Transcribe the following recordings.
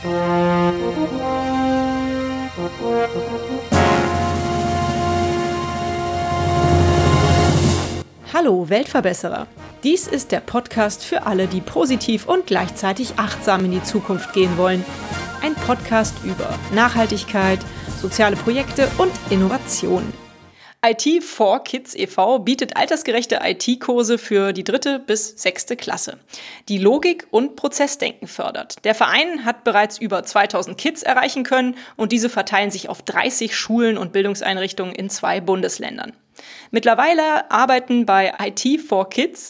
Hallo Weltverbesserer! Dies ist der Podcast für alle, die positiv und gleichzeitig achtsam in die Zukunft gehen wollen. Ein Podcast über Nachhaltigkeit, soziale Projekte und Innovation. IT4Kids e.V. bietet altersgerechte IT-Kurse für die 3. bis 6. Klasse, die Logik und Prozessdenken fördert. Der Verein hat bereits über 2000 Kids erreichen können und diese verteilen sich auf 30 Schulen und Bildungseinrichtungen in 2 Bundesländern. Mittlerweile arbeiten bei IT4Kids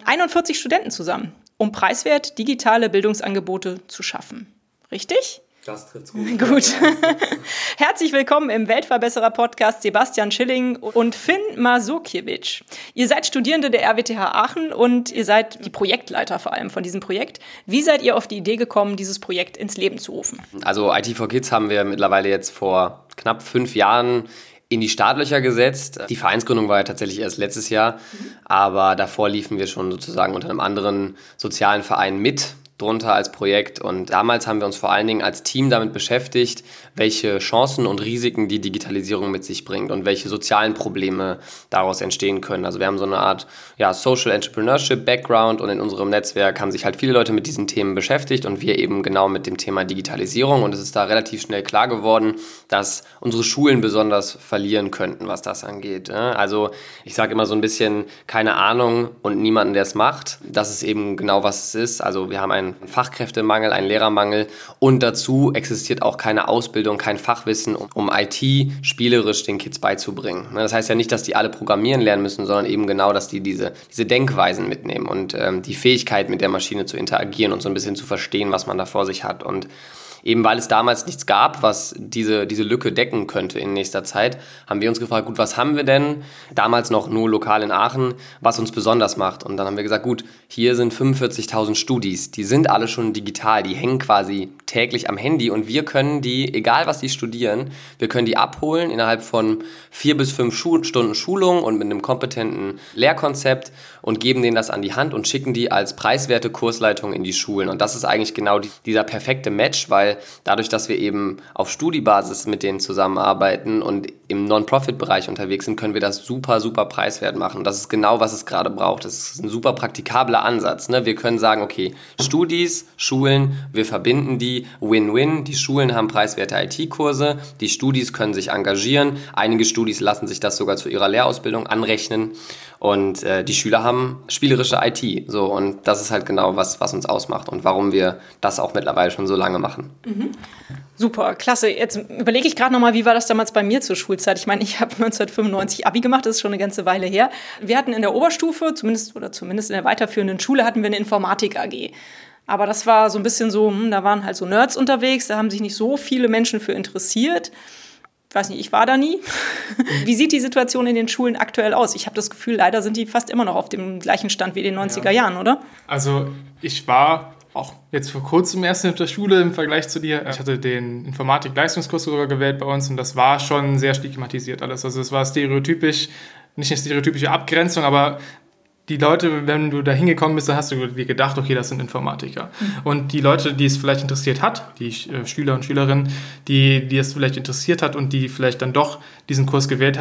41 Studenten zusammen, um preiswert digitale Bildungsangebote zu schaffen. Richtig? Das trifft's gut. Gut. Herzlich willkommen im Weltverbesserer-Podcast Sebastian Schilling und Finn Masukiewicz. Ihr seid Studierende der RWTH Aachen und ihr seid die Projektleiter vor allem von diesem Projekt. Wie seid ihr auf die Idee gekommen, dieses Projekt ins Leben zu rufen? Also IT4Kids haben wir mittlerweile jetzt vor knapp 5 Jahren in die Startlöcher gesetzt. Die Vereinsgründung war ja tatsächlich erst letztes Jahr, aber davor liefen wir schon sozusagen unter einem anderen sozialen Verein mit drunter als Projekt und damals haben wir uns vor allen Dingen als Team damit beschäftigt, welche Chancen und Risiken die Digitalisierung mit sich bringt und welche sozialen Probleme daraus entstehen können. Also wir haben so eine Art Social Entrepreneurship Background und in unserem Netzwerk haben sich halt viele Leute mit diesen Themen beschäftigt und wir eben genau mit dem Thema Digitalisierung und es ist da relativ schnell klar geworden, dass unsere Schulen besonders verlieren könnten, was das angeht. Also ich sage immer so ein bisschen keine Ahnung und niemanden, der es macht. Das ist eben genau, was es ist. Also wir haben einen Fachkräftemangel, einen Lehrermangel und dazu existiert auch keine Ausbildung, kein Fachwissen, um IT spielerisch den Kids beizubringen. Das heißt ja nicht, dass die alle programmieren lernen müssen, sondern eben genau, dass die diese Denkweisen mitnehmen und die Fähigkeit, mit der Maschine zu interagieren und so ein bisschen zu verstehen, was man da vor sich hat. Und eben weil es damals nichts gab, was diese Lücke decken könnte in nächster Zeit, haben wir uns gefragt, gut, was haben wir denn? Damals noch nur lokal in Aachen, was uns besonders macht. Und dann haben wir gesagt, gut, hier sind 45.000 Studis, die sind alle schon digital, die hängen quasi täglich am Handy und wir können die, egal was die studieren, wir können die abholen innerhalb von 4 bis 5 Stunden Schulung und mit einem kompetenten Lehrkonzept und geben denen das an die Hand und schicken die als preiswerte Kursleitung in die Schulen. Und das ist eigentlich genau dieser perfekte Match, weil dadurch, dass wir eben auf Studiebasis mit denen zusammenarbeiten und im Non-Profit-Bereich unterwegs sind, können wir das super, super preiswert machen. Das ist genau, was es gerade braucht. Das ist ein super praktikabler Ansatz. Ne? Wir können sagen, okay, Studis, Schulen, wir verbinden die, Win-Win. Die Schulen haben preiswerte IT-Kurse, die Studis können sich engagieren. Einige Studis lassen sich das sogar zu ihrer Lehrausbildung anrechnen. Und die Schüler haben spielerische IT. So, und das ist halt genau, was uns ausmacht und warum wir das auch mittlerweile schon so lange machen. Mhm. Super, klasse. Jetzt überlege ich gerade nochmal, wie war das damals bei mir zur Schulzeit? Ich meine, ich habe 1995 Abi gemacht, das ist schon eine ganze Weile her. Wir hatten in der Oberstufe, zumindest in der weiterführenden Schule, hatten wir eine Informatik-AG. Aber das war so ein bisschen so, da waren halt so Nerds unterwegs, da haben sich nicht so viele Menschen für interessiert. Ich weiß nicht, ich war da nie. Wie sieht die Situation in den Schulen aktuell aus? Ich habe das Gefühl, leider sind die fast immer noch auf dem gleichen Stand wie in den 90er Jahren, oder? Also ich war auch jetzt vor kurzem erst in der Schule im Vergleich zu dir. Ich hatte den Informatik-Leistungskurs sogar gewählt bei uns und das war schon sehr stigmatisiert alles. Also es war stereotypisch, nicht eine stereotypische Abgrenzung, aber die Leute, wenn du da hingekommen bist, dann hast du dir gedacht, okay, das sind Informatiker. Und die Leute, die es vielleicht interessiert hat, die Schüler und Schülerinnen, die es vielleicht interessiert hat und die vielleicht dann doch diesen Kurs gewählt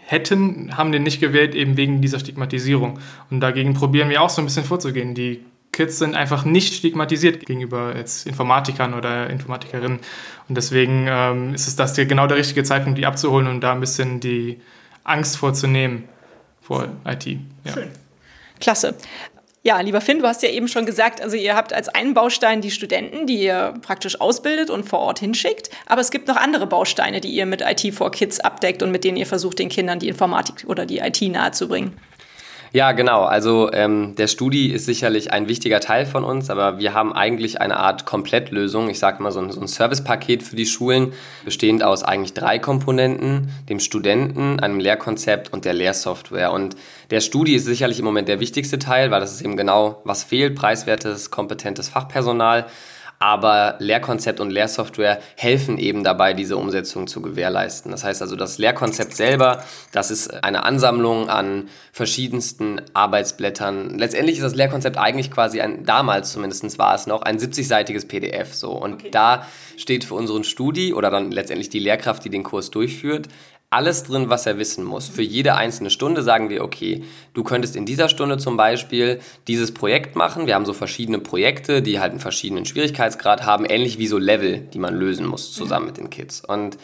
haben den nicht gewählt, eben wegen dieser Stigmatisierung. Und dagegen probieren wir auch so ein bisschen vorzugehen. Die Kids sind einfach nicht stigmatisiert gegenüber jetzt Informatikern oder Informatikerinnen. Und deswegen ist das genau der richtige Zeitpunkt, die abzuholen und da ein bisschen die Angst vorzunehmen vor IT. Ja. Schön. Klasse. Ja, lieber Finn, du hast ja eben schon gesagt, also ihr habt als einen Baustein die Studenten, die ihr praktisch ausbildet und vor Ort hinschickt. Aber es gibt noch andere Bausteine, die ihr mit IT4Kids abdeckt und mit denen ihr versucht, den Kindern die Informatik oder die IT nahezubringen. Ja, genau. Also der Studi ist sicherlich ein wichtiger Teil von uns, aber wir haben eigentlich eine Art Komplettlösung. Ich sage mal so ein Servicepaket für die Schulen, bestehend aus eigentlich 3 Komponenten, dem Studenten, einem Lehrkonzept und der Lehrsoftware. Und der Studi ist sicherlich im Moment der wichtigste Teil, weil das ist eben genau, was fehlt, preiswertes, kompetentes Fachpersonal. aber Lehrkonzept und Lehrsoftware helfen eben dabei, diese Umsetzung zu gewährleisten. Das heißt also, das Lehrkonzept selber, das ist eine Ansammlung an verschiedensten Arbeitsblättern. Letztendlich ist das Lehrkonzept eigentlich quasi damals zumindest war es noch, ein 70-seitiges PDF. So. Und da steht für unseren Studi oder dann letztendlich die Lehrkraft, die den Kurs durchführt, alles drin, was er wissen muss. Für jede einzelne Stunde sagen wir, okay, du könntest in dieser Stunde zum Beispiel dieses Projekt machen. Wir haben so verschiedene Projekte, die halt einen verschiedenen Schwierigkeitsgrad haben, ähnlich wie so Level, die man lösen muss zusammen mit den Kids. Und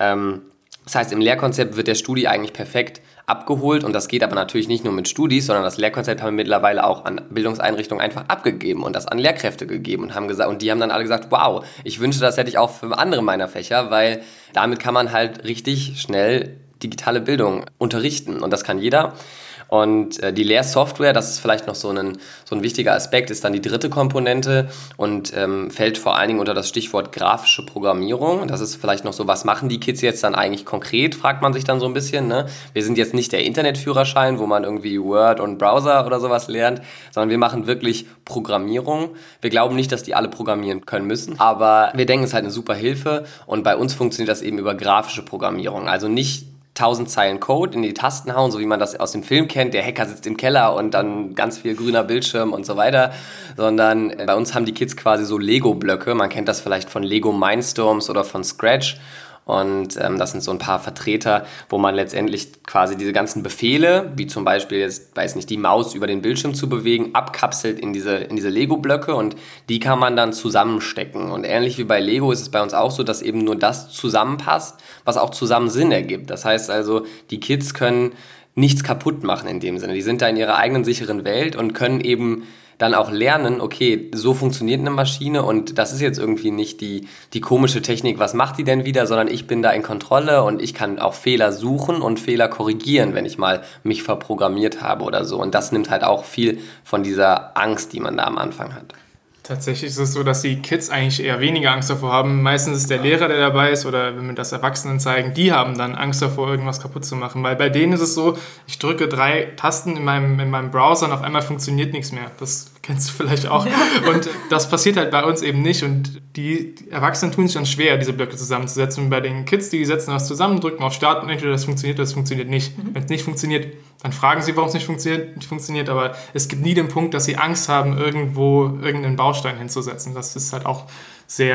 das heißt, im Lehrkonzept wird der Studi eigentlich perfekt abgeholt und das geht aber natürlich nicht nur mit Studis, sondern das Lehrkonzept haben wir mittlerweile auch an Bildungseinrichtungen einfach abgegeben und das an Lehrkräfte gegeben und haben gesagt, und die haben dann alle gesagt, wow, ich wünschte, das hätte ich auch für andere meiner Fächer, weil damit kann man halt richtig schnell digitale Bildung unterrichten und das kann jeder. Und die Lehrsoftware, das ist vielleicht noch so ein wichtiger Aspekt, ist dann die dritte Komponente und fällt vor allen Dingen unter das Stichwort grafische Programmierung. Das ist vielleicht noch so, was machen die Kids jetzt dann eigentlich konkret, fragt man sich dann so ein bisschen. Ne? Wir sind jetzt nicht der Internetführerschein, wo man irgendwie Word und Browser oder sowas lernt, sondern wir machen wirklich Programmierung. Wir glauben nicht, dass die alle programmieren können müssen, aber wir denken, es ist halt eine super Hilfe und bei uns funktioniert das eben über grafische Programmierung. Also nicht 1000 Zeilen Code in die Tasten hauen, so wie man das aus dem Film kennt, der Hacker sitzt im Keller und dann ganz viel grüner Bildschirm und so weiter, sondern bei uns haben die Kids quasi so Lego-Blöcke, man kennt das vielleicht von Lego Mindstorms oder von Scratch und das sind so ein paar Vertreter, wo man letztendlich quasi diese ganzen Befehle, wie zum Beispiel jetzt, weiß nicht, die Maus über den Bildschirm zu bewegen, abkapselt in diese Lego-Blöcke und die kann man dann zusammenstecken. Und ähnlich wie bei Lego ist es bei uns auch so, dass eben nur das zusammenpasst, was auch zusammen Sinn ergibt. Das heißt also, die Kids können nichts kaputt machen in dem Sinne. Die sind da in ihrer eigenen sicheren Welt und können eben dann auch lernen, okay, so funktioniert eine Maschine und das ist jetzt irgendwie nicht die komische Technik, was macht die denn wieder, sondern ich bin da in Kontrolle und ich kann auch Fehler suchen und Fehler korrigieren, wenn ich mal mich verprogrammiert habe oder so. Und das nimmt halt auch viel von dieser Angst, die man da am Anfang hat. Tatsächlich ist es so, dass die Kids eigentlich eher weniger Angst davor haben. Meistens ist der Lehrer, der dabei ist, oder wenn wir das Erwachsenen zeigen, die haben dann Angst davor, irgendwas kaputt zu machen. Weil bei denen ist es so, ich drücke 3 Tasten in meinem Browser und auf einmal funktioniert nichts mehr. Das kennst du vielleicht auch. Ja. Und das passiert halt bei uns eben nicht. Und die Erwachsenen tun es schon schwer, diese Blöcke zusammenzusetzen. Und bei den Kids, die setzen was zusammen, drücken auf Start und entweder das funktioniert oder das funktioniert nicht. Wenn es nicht funktioniert, dann fragen sie, warum es nicht funktioniert. Aber es gibt nie den Punkt, dass sie Angst haben, irgendwo irgendeinen Baustein hinzusetzen. Das ist halt auch das ist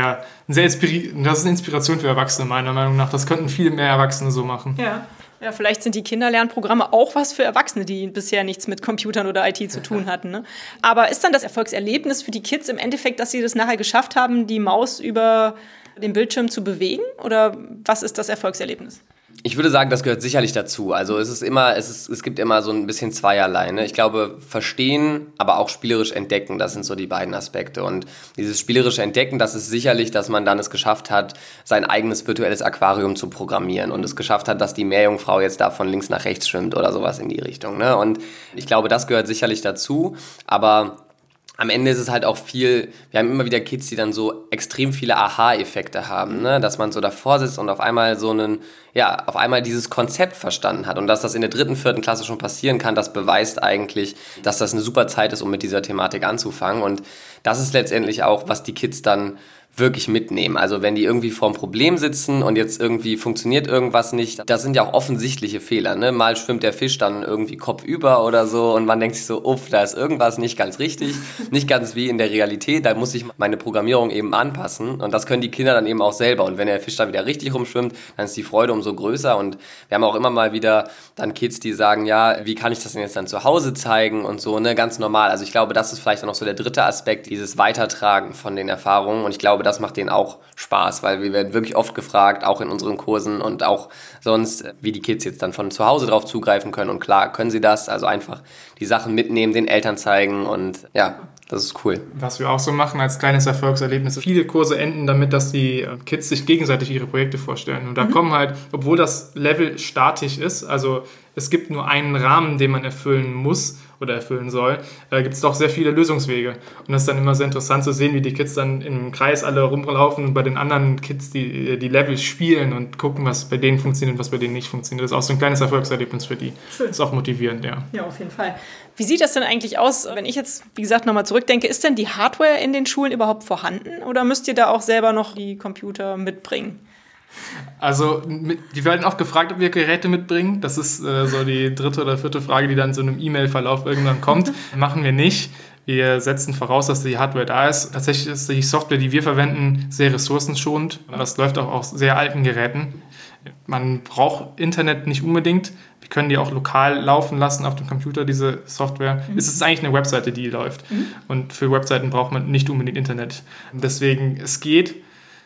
eine Inspiration für Erwachsene, meiner Meinung nach. Das könnten viel mehr Erwachsene so machen. Ja, vielleicht sind die Kinderlernprogramme auch was für Erwachsene, die bisher nichts mit Computern oder IT zu tun hatten. Ne? Aber ist dann das Erfolgserlebnis für die Kids im Endeffekt, dass sie das nachher geschafft haben, die Maus über den Bildschirm zu bewegen? Oder was ist das Erfolgserlebnis? Ich würde sagen, das gehört sicherlich dazu. Also es gibt immer so ein bisschen zweierlei. Ne? Ich glaube, verstehen, aber auch spielerisch entdecken, das sind so die beiden Aspekte. Und dieses spielerische Entdecken, das ist sicherlich, dass man dann es geschafft hat, sein eigenes virtuelles Aquarium zu programmieren und es geschafft hat, dass die Meerjungfrau jetzt da von links nach rechts schwimmt oder sowas in die Richtung. Ne? Und ich glaube, das gehört sicherlich dazu, aber am Ende ist es halt auch viel, wir haben immer wieder Kids, die dann so extrem viele Aha-Effekte haben, ne? Dass man so davor sitzt und auf einmal auf einmal dieses Konzept verstanden hat. Und dass das in der 3., 4. Klasse schon passieren kann, das beweist eigentlich, dass das eine super Zeit ist, um mit dieser Thematik anzufangen. Und das ist letztendlich auch, was die Kids dann wirklich mitnehmen. Also wenn die irgendwie vorm Problem sitzen und jetzt irgendwie funktioniert irgendwas nicht, das sind ja auch offensichtliche Fehler. Ne? Mal schwimmt der Fisch dann irgendwie kopfüber oder so und man denkt sich so, uff, da ist irgendwas nicht ganz richtig, nicht ganz wie in der Realität, da muss ich meine Programmierung eben anpassen und das können die Kinder dann eben auch selber und wenn der Fisch dann wieder richtig rumschwimmt, dann ist die Freude umso größer und wir haben auch immer mal wieder dann Kids, die sagen, ja, wie kann ich das denn jetzt dann zu Hause zeigen und so, ne, ganz normal. Also ich glaube, das ist vielleicht auch noch so der 3. Aspekt, dieses Weitertragen von den Erfahrungen und ich glaube, das macht denen auch Spaß, weil wir werden wirklich oft gefragt, auch in unseren Kursen und auch sonst, wie die Kids jetzt dann von zu Hause drauf zugreifen können. Und klar, können sie das, also einfach die Sachen mitnehmen, den Eltern zeigen und ja, das ist cool. Was wir auch so machen als kleines Erfolgserlebnis, viele Kurse enden damit, dass die Kids sich gegenseitig ihre Projekte vorstellen. Und da kommen halt, obwohl das Level statisch ist, also es gibt nur einen Rahmen, den man erfüllen muss oder erfüllen soll, gibt es doch sehr viele Lösungswege. Und das ist dann immer sehr interessant zu sehen, wie die Kids dann im Kreis alle rumlaufen und bei den anderen Kids die Level spielen und gucken, was bei denen funktioniert und was bei denen nicht funktioniert. Das ist auch so ein kleines Erfolgserlebnis für die. Schön. Das ist auch motivierend, ja. Ja, auf jeden Fall. Wie sieht das denn eigentlich aus, wenn ich jetzt, wie gesagt, nochmal zurückdenke, ist denn die Hardware in den Schulen überhaupt vorhanden oder müsst ihr da auch selber noch die Computer mitbringen? Also, die werden auch gefragt, ob wir Geräte mitbringen. Das ist so die 3. oder 4. Frage, die dann so in einem E-Mail-Verlauf irgendwann kommt. Machen wir nicht. Wir setzen voraus, dass die Hardware da ist. Tatsächlich ist die Software, die wir verwenden, sehr ressourcenschonend. Das läuft auch auf sehr alten Geräten. Man braucht Internet nicht unbedingt. Wir können die auch lokal laufen lassen auf dem Computer, diese Software. Es ist eigentlich eine Webseite, die läuft. Und für Webseiten braucht man nicht unbedingt Internet. Deswegen, es geht.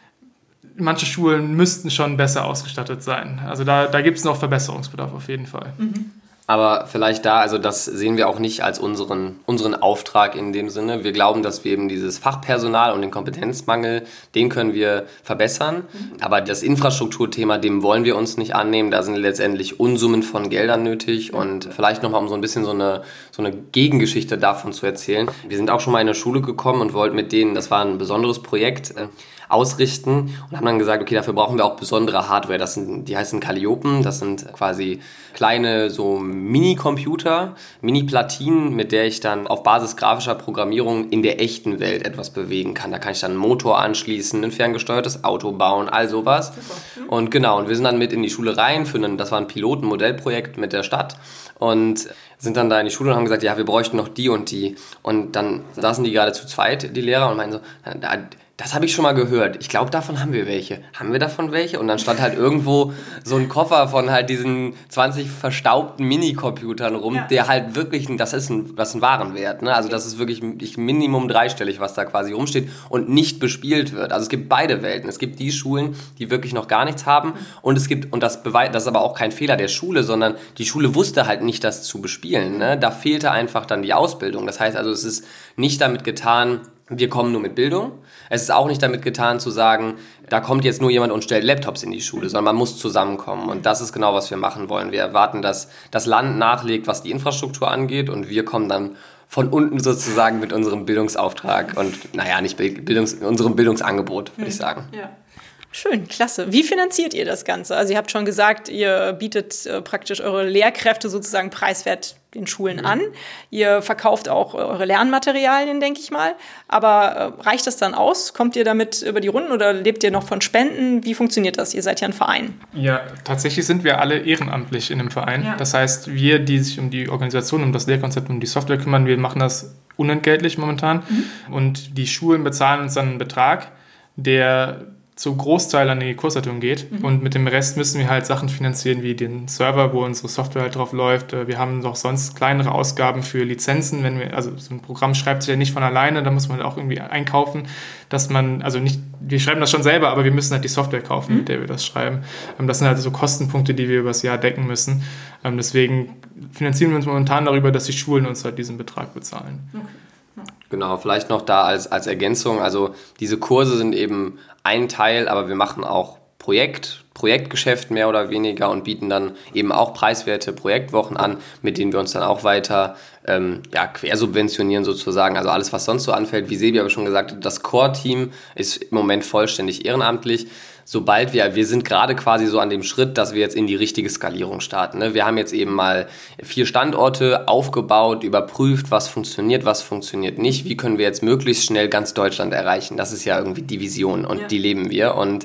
Manche Schulen müssten schon besser ausgestattet sein. Also da gibt es noch Verbesserungsbedarf auf jeden Fall. Aber vielleicht da, also das sehen wir auch nicht als unseren Auftrag in dem Sinne. Wir glauben, dass wir eben dieses Fachpersonal und den Kompetenzmangel, den können wir verbessern. Aber das Infrastrukturthema, dem wollen wir uns nicht annehmen. Da sind letztendlich Unsummen von Geldern nötig. Und vielleicht nochmal, um so ein bisschen so eine Gegengeschichte davon zu erzählen. Wir sind auch schon mal in eine Schule gekommen und wollten mit denen, das war ein besonderes Projekt, ausrichten und haben dann gesagt, okay, dafür brauchen wir auch besondere Hardware. Die heißen Calliopen, das sind quasi kleine so Mini-Computer, Mini-Platinen, mit der ich dann auf Basis grafischer Programmierung in der echten Welt etwas bewegen kann. Da kann ich dann einen Motor anschließen, ein ferngesteuertes Auto bauen, all sowas. Und genau, und wir sind dann mit in die Schule rein, das war ein Piloten-Modellprojekt mit der Stadt und sind dann da in die Schule und haben gesagt, ja, wir bräuchten noch die und die. Und dann saßen die gerade zu zweit, die Lehrer, und meinen so, das habe ich schon mal gehört. Ich glaube, davon haben wir welche. Haben wir davon welche? Und dann stand halt irgendwo so ein Koffer von halt diesen 20 verstaubten Minicomputern rum, der halt wirklich, das ist ein Warenwert. Ne? Also das ist wirklich Minimum dreistellig, was da quasi rumsteht und nicht bespielt wird. Also es gibt beide Welten. Es gibt die Schulen, die wirklich noch gar nichts haben, und es gibt, und das ist aber auch kein Fehler der Schule, sondern die Schule wusste halt nicht, das zu bespielen. Ne? Da fehlte einfach dann die Ausbildung. Das heißt also, es ist nicht damit getan, wir kommen nur mit Bildung. Es ist auch nicht damit getan zu sagen, da kommt jetzt nur jemand und stellt Laptops in die Schule, sondern man muss zusammenkommen. Und das ist genau, was wir machen wollen. Wir erwarten, dass das Land nachlegt, was die Infrastruktur angeht, und wir kommen dann von unten sozusagen mit unserem Bildungsauftrag und, unserem Bildungsangebot, würde ich sagen. Ja. Schön, klasse. Wie finanziert ihr das Ganze? Also ihr habt schon gesagt, ihr bietet praktisch eure Lehrkräfte sozusagen preiswert den Schulen an. Ihr verkauft auch eure Lernmaterialien, denke ich mal. Aber reicht das dann aus? Kommt ihr damit über die Runden oder lebt ihr noch von Spenden? Wie funktioniert das? Ihr seid ja ein Verein. Ja, tatsächlich sind wir alle ehrenamtlich in einem Verein. Ja. Das heißt, wir, die sich um die Organisation, um das Lehrkonzept, um die Software kümmern, wir machen das unentgeltlich momentan. Und die Schulen bezahlen uns dann einen Betrag, der zu Großteil an die Kursleitung geht. Und mit dem Rest müssen wir halt Sachen finanzieren, wie den Server, wo unsere Software halt drauf läuft. Wir haben noch sonst kleinere Ausgaben für Lizenzen. Also so ein Programm schreibt sich ja nicht von alleine, da muss man halt auch irgendwie einkaufen, dass man, also nicht, wir schreiben das schon selber, aber wir müssen halt die Software kaufen, mit der wir das schreiben. Das sind halt so Kostenpunkte, die wir übers Jahr decken müssen. Deswegen finanzieren wir uns momentan darüber, dass die Schulen uns halt diesen Betrag bezahlen. Okay. Genau, vielleicht noch da als Ergänzung, also diese Kurse sind eben ein Teil, aber wir machen auch Projektgeschäft mehr oder weniger und bieten dann eben auch preiswerte Projektwochen an, mit denen wir uns dann auch weiter quersubventionieren sozusagen, also alles, was sonst so anfällt. Wie Sebi aber schon gesagt hat, das Core-Team ist im Moment vollständig ehrenamtlich. Sobald wir sind gerade quasi so an dem Schritt, dass wir jetzt in die richtige Skalierung starten. Ne? Wir haben jetzt eben mal 4 Standorte aufgebaut, überprüft, was funktioniert nicht. Wie können wir jetzt möglichst schnell ganz Deutschland erreichen? Das ist ja irgendwie die Vision und die leben wir. Und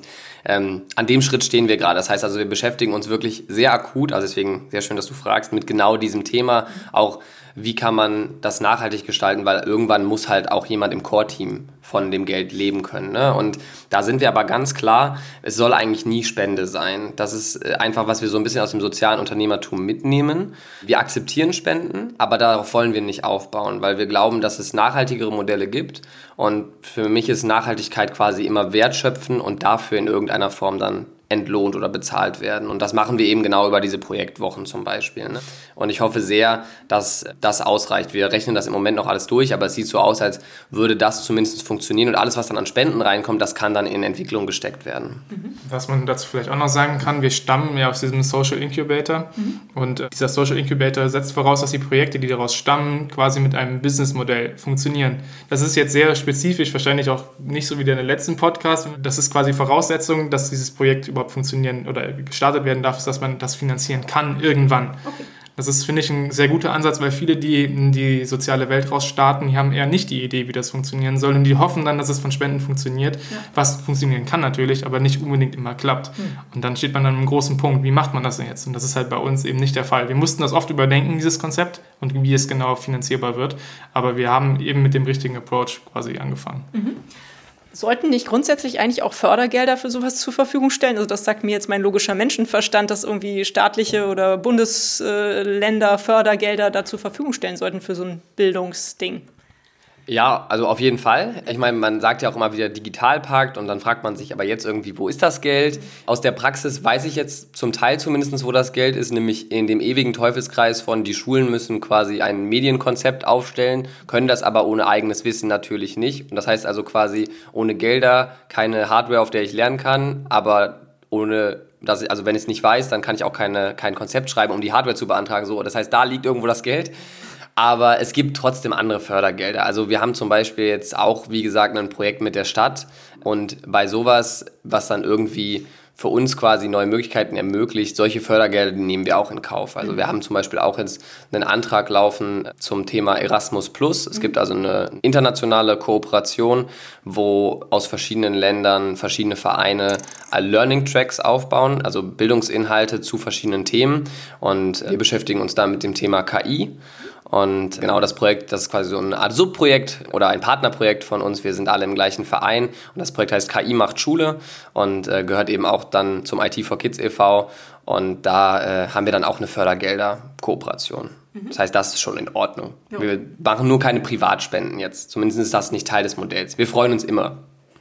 an dem Schritt stehen wir gerade. Das heißt also, wir beschäftigen uns wirklich sehr akut, also deswegen sehr schön, dass du fragst, mit genau diesem Thema. Auch wie kann man das nachhaltig gestalten, weil irgendwann muss halt auch jemand im Core-Team von dem Geld leben können. Ne? Und da sind wir aber ganz klar, es soll eigentlich nie Spende sein. Das ist einfach, was wir so ein bisschen aus dem sozialen Unternehmertum mitnehmen. Wir akzeptieren Spenden, aber darauf wollen wir nicht aufbauen, weil wir glauben, dass es nachhaltigere Modelle gibt. Und für mich ist Nachhaltigkeit quasi immer wertschöpfen und dafür in irgendeiner Form dann entlohnt oder bezahlt werden. Und das machen wir eben genau über diese Projektwochen zum Beispiel. Ne? Und ich hoffe sehr, dass das ausreicht. Wir rechnen das im Moment noch alles durch, aber es sieht so aus, als würde das zumindest funktionieren. Und alles, was dann an Spenden reinkommt, das kann dann in Entwicklung gesteckt werden. Was man dazu vielleicht auch noch sagen kann, wir stammen ja aus diesem Social Incubator. Und dieser Social Incubator setzt voraus, dass die Projekte, die daraus stammen, quasi mit einem Businessmodell funktionieren. Das ist jetzt sehr spezifisch, wahrscheinlich auch nicht so wie der letzten Podcast. Das ist quasi Voraussetzung, dass dieses Projekt überhaupt funktionieren oder gestartet werden darf, ist, dass man das finanzieren kann irgendwann. Okay. Das ist, finde ich, ein sehr guter Ansatz, weil viele, die in die soziale Welt raus starten, die haben eher nicht die Idee, wie das funktionieren soll und die hoffen dann, dass es von Spenden funktioniert, was funktionieren kann natürlich, aber nicht unbedingt immer klappt. Und dann steht man an einem großen Punkt, wie macht man das denn jetzt? Und das ist halt bei uns eben nicht der Fall. Wir mussten das oft überdenken, dieses Konzept und wie es genau finanzierbar wird, aber wir haben eben mit dem richtigen Approach quasi angefangen. Sollten nicht grundsätzlich eigentlich auch Fördergelder für sowas zur Verfügung stellen? Also das sagt mir jetzt mein logischer Menschenverstand, dass irgendwie staatliche oder Bundesländer Fördergelder da zur Verfügung stellen sollten für so ein Bildungsding. Ja, also auf jeden Fall. Ich meine, man sagt ja auch immer wieder Digitalpakt und dann fragt man sich aber jetzt irgendwie, wo ist das Geld? Aus der Praxis weiß ich jetzt zum Teil zumindest, wo das Geld ist, nämlich in dem ewigen Teufelskreis von die Schulen müssen quasi ein Medienkonzept aufstellen, können das aber ohne eigenes Wissen natürlich nicht. Und das heißt also quasi ohne Gelder keine Hardware, auf der ich lernen kann, aber ohne... Also wenn ich es nicht weiß, dann kann ich auch kein Konzept schreiben, um die Hardware zu beantragen. So, das heißt, da liegt irgendwo das Geld. Aber es gibt trotzdem andere Fördergelder. Also wir haben zum Beispiel jetzt auch, wie gesagt, ein Projekt mit der Stadt. Und bei sowas, was dann irgendwie für uns quasi neue Möglichkeiten ermöglicht, solche Fördergelder, die nehmen wir auch in Kauf. Also wir haben zum Beispiel auch jetzt einen Antrag laufen zum Thema Erasmus+. Es gibt also eine internationale Kooperation, wo aus verschiedenen Ländern verschiedene Vereine Learning Tracks aufbauen, also Bildungsinhalte zu verschiedenen Themen. Und wir beschäftigen uns da mit dem Thema KI. Und genau das Projekt, das ist quasi so eine Art Subprojekt oder ein Partnerprojekt von uns. Wir sind alle im gleichen Verein und das Projekt heißt KI macht Schule und gehört eben auch dann zum IT4Kids e.V. Und da haben wir dann auch eine Fördergelder-Kooperation. Das heißt, das ist schon in Ordnung. Ja. Wir machen nur keine Privatspenden jetzt. Zumindest ist das nicht Teil des Modells. Wir freuen uns immer.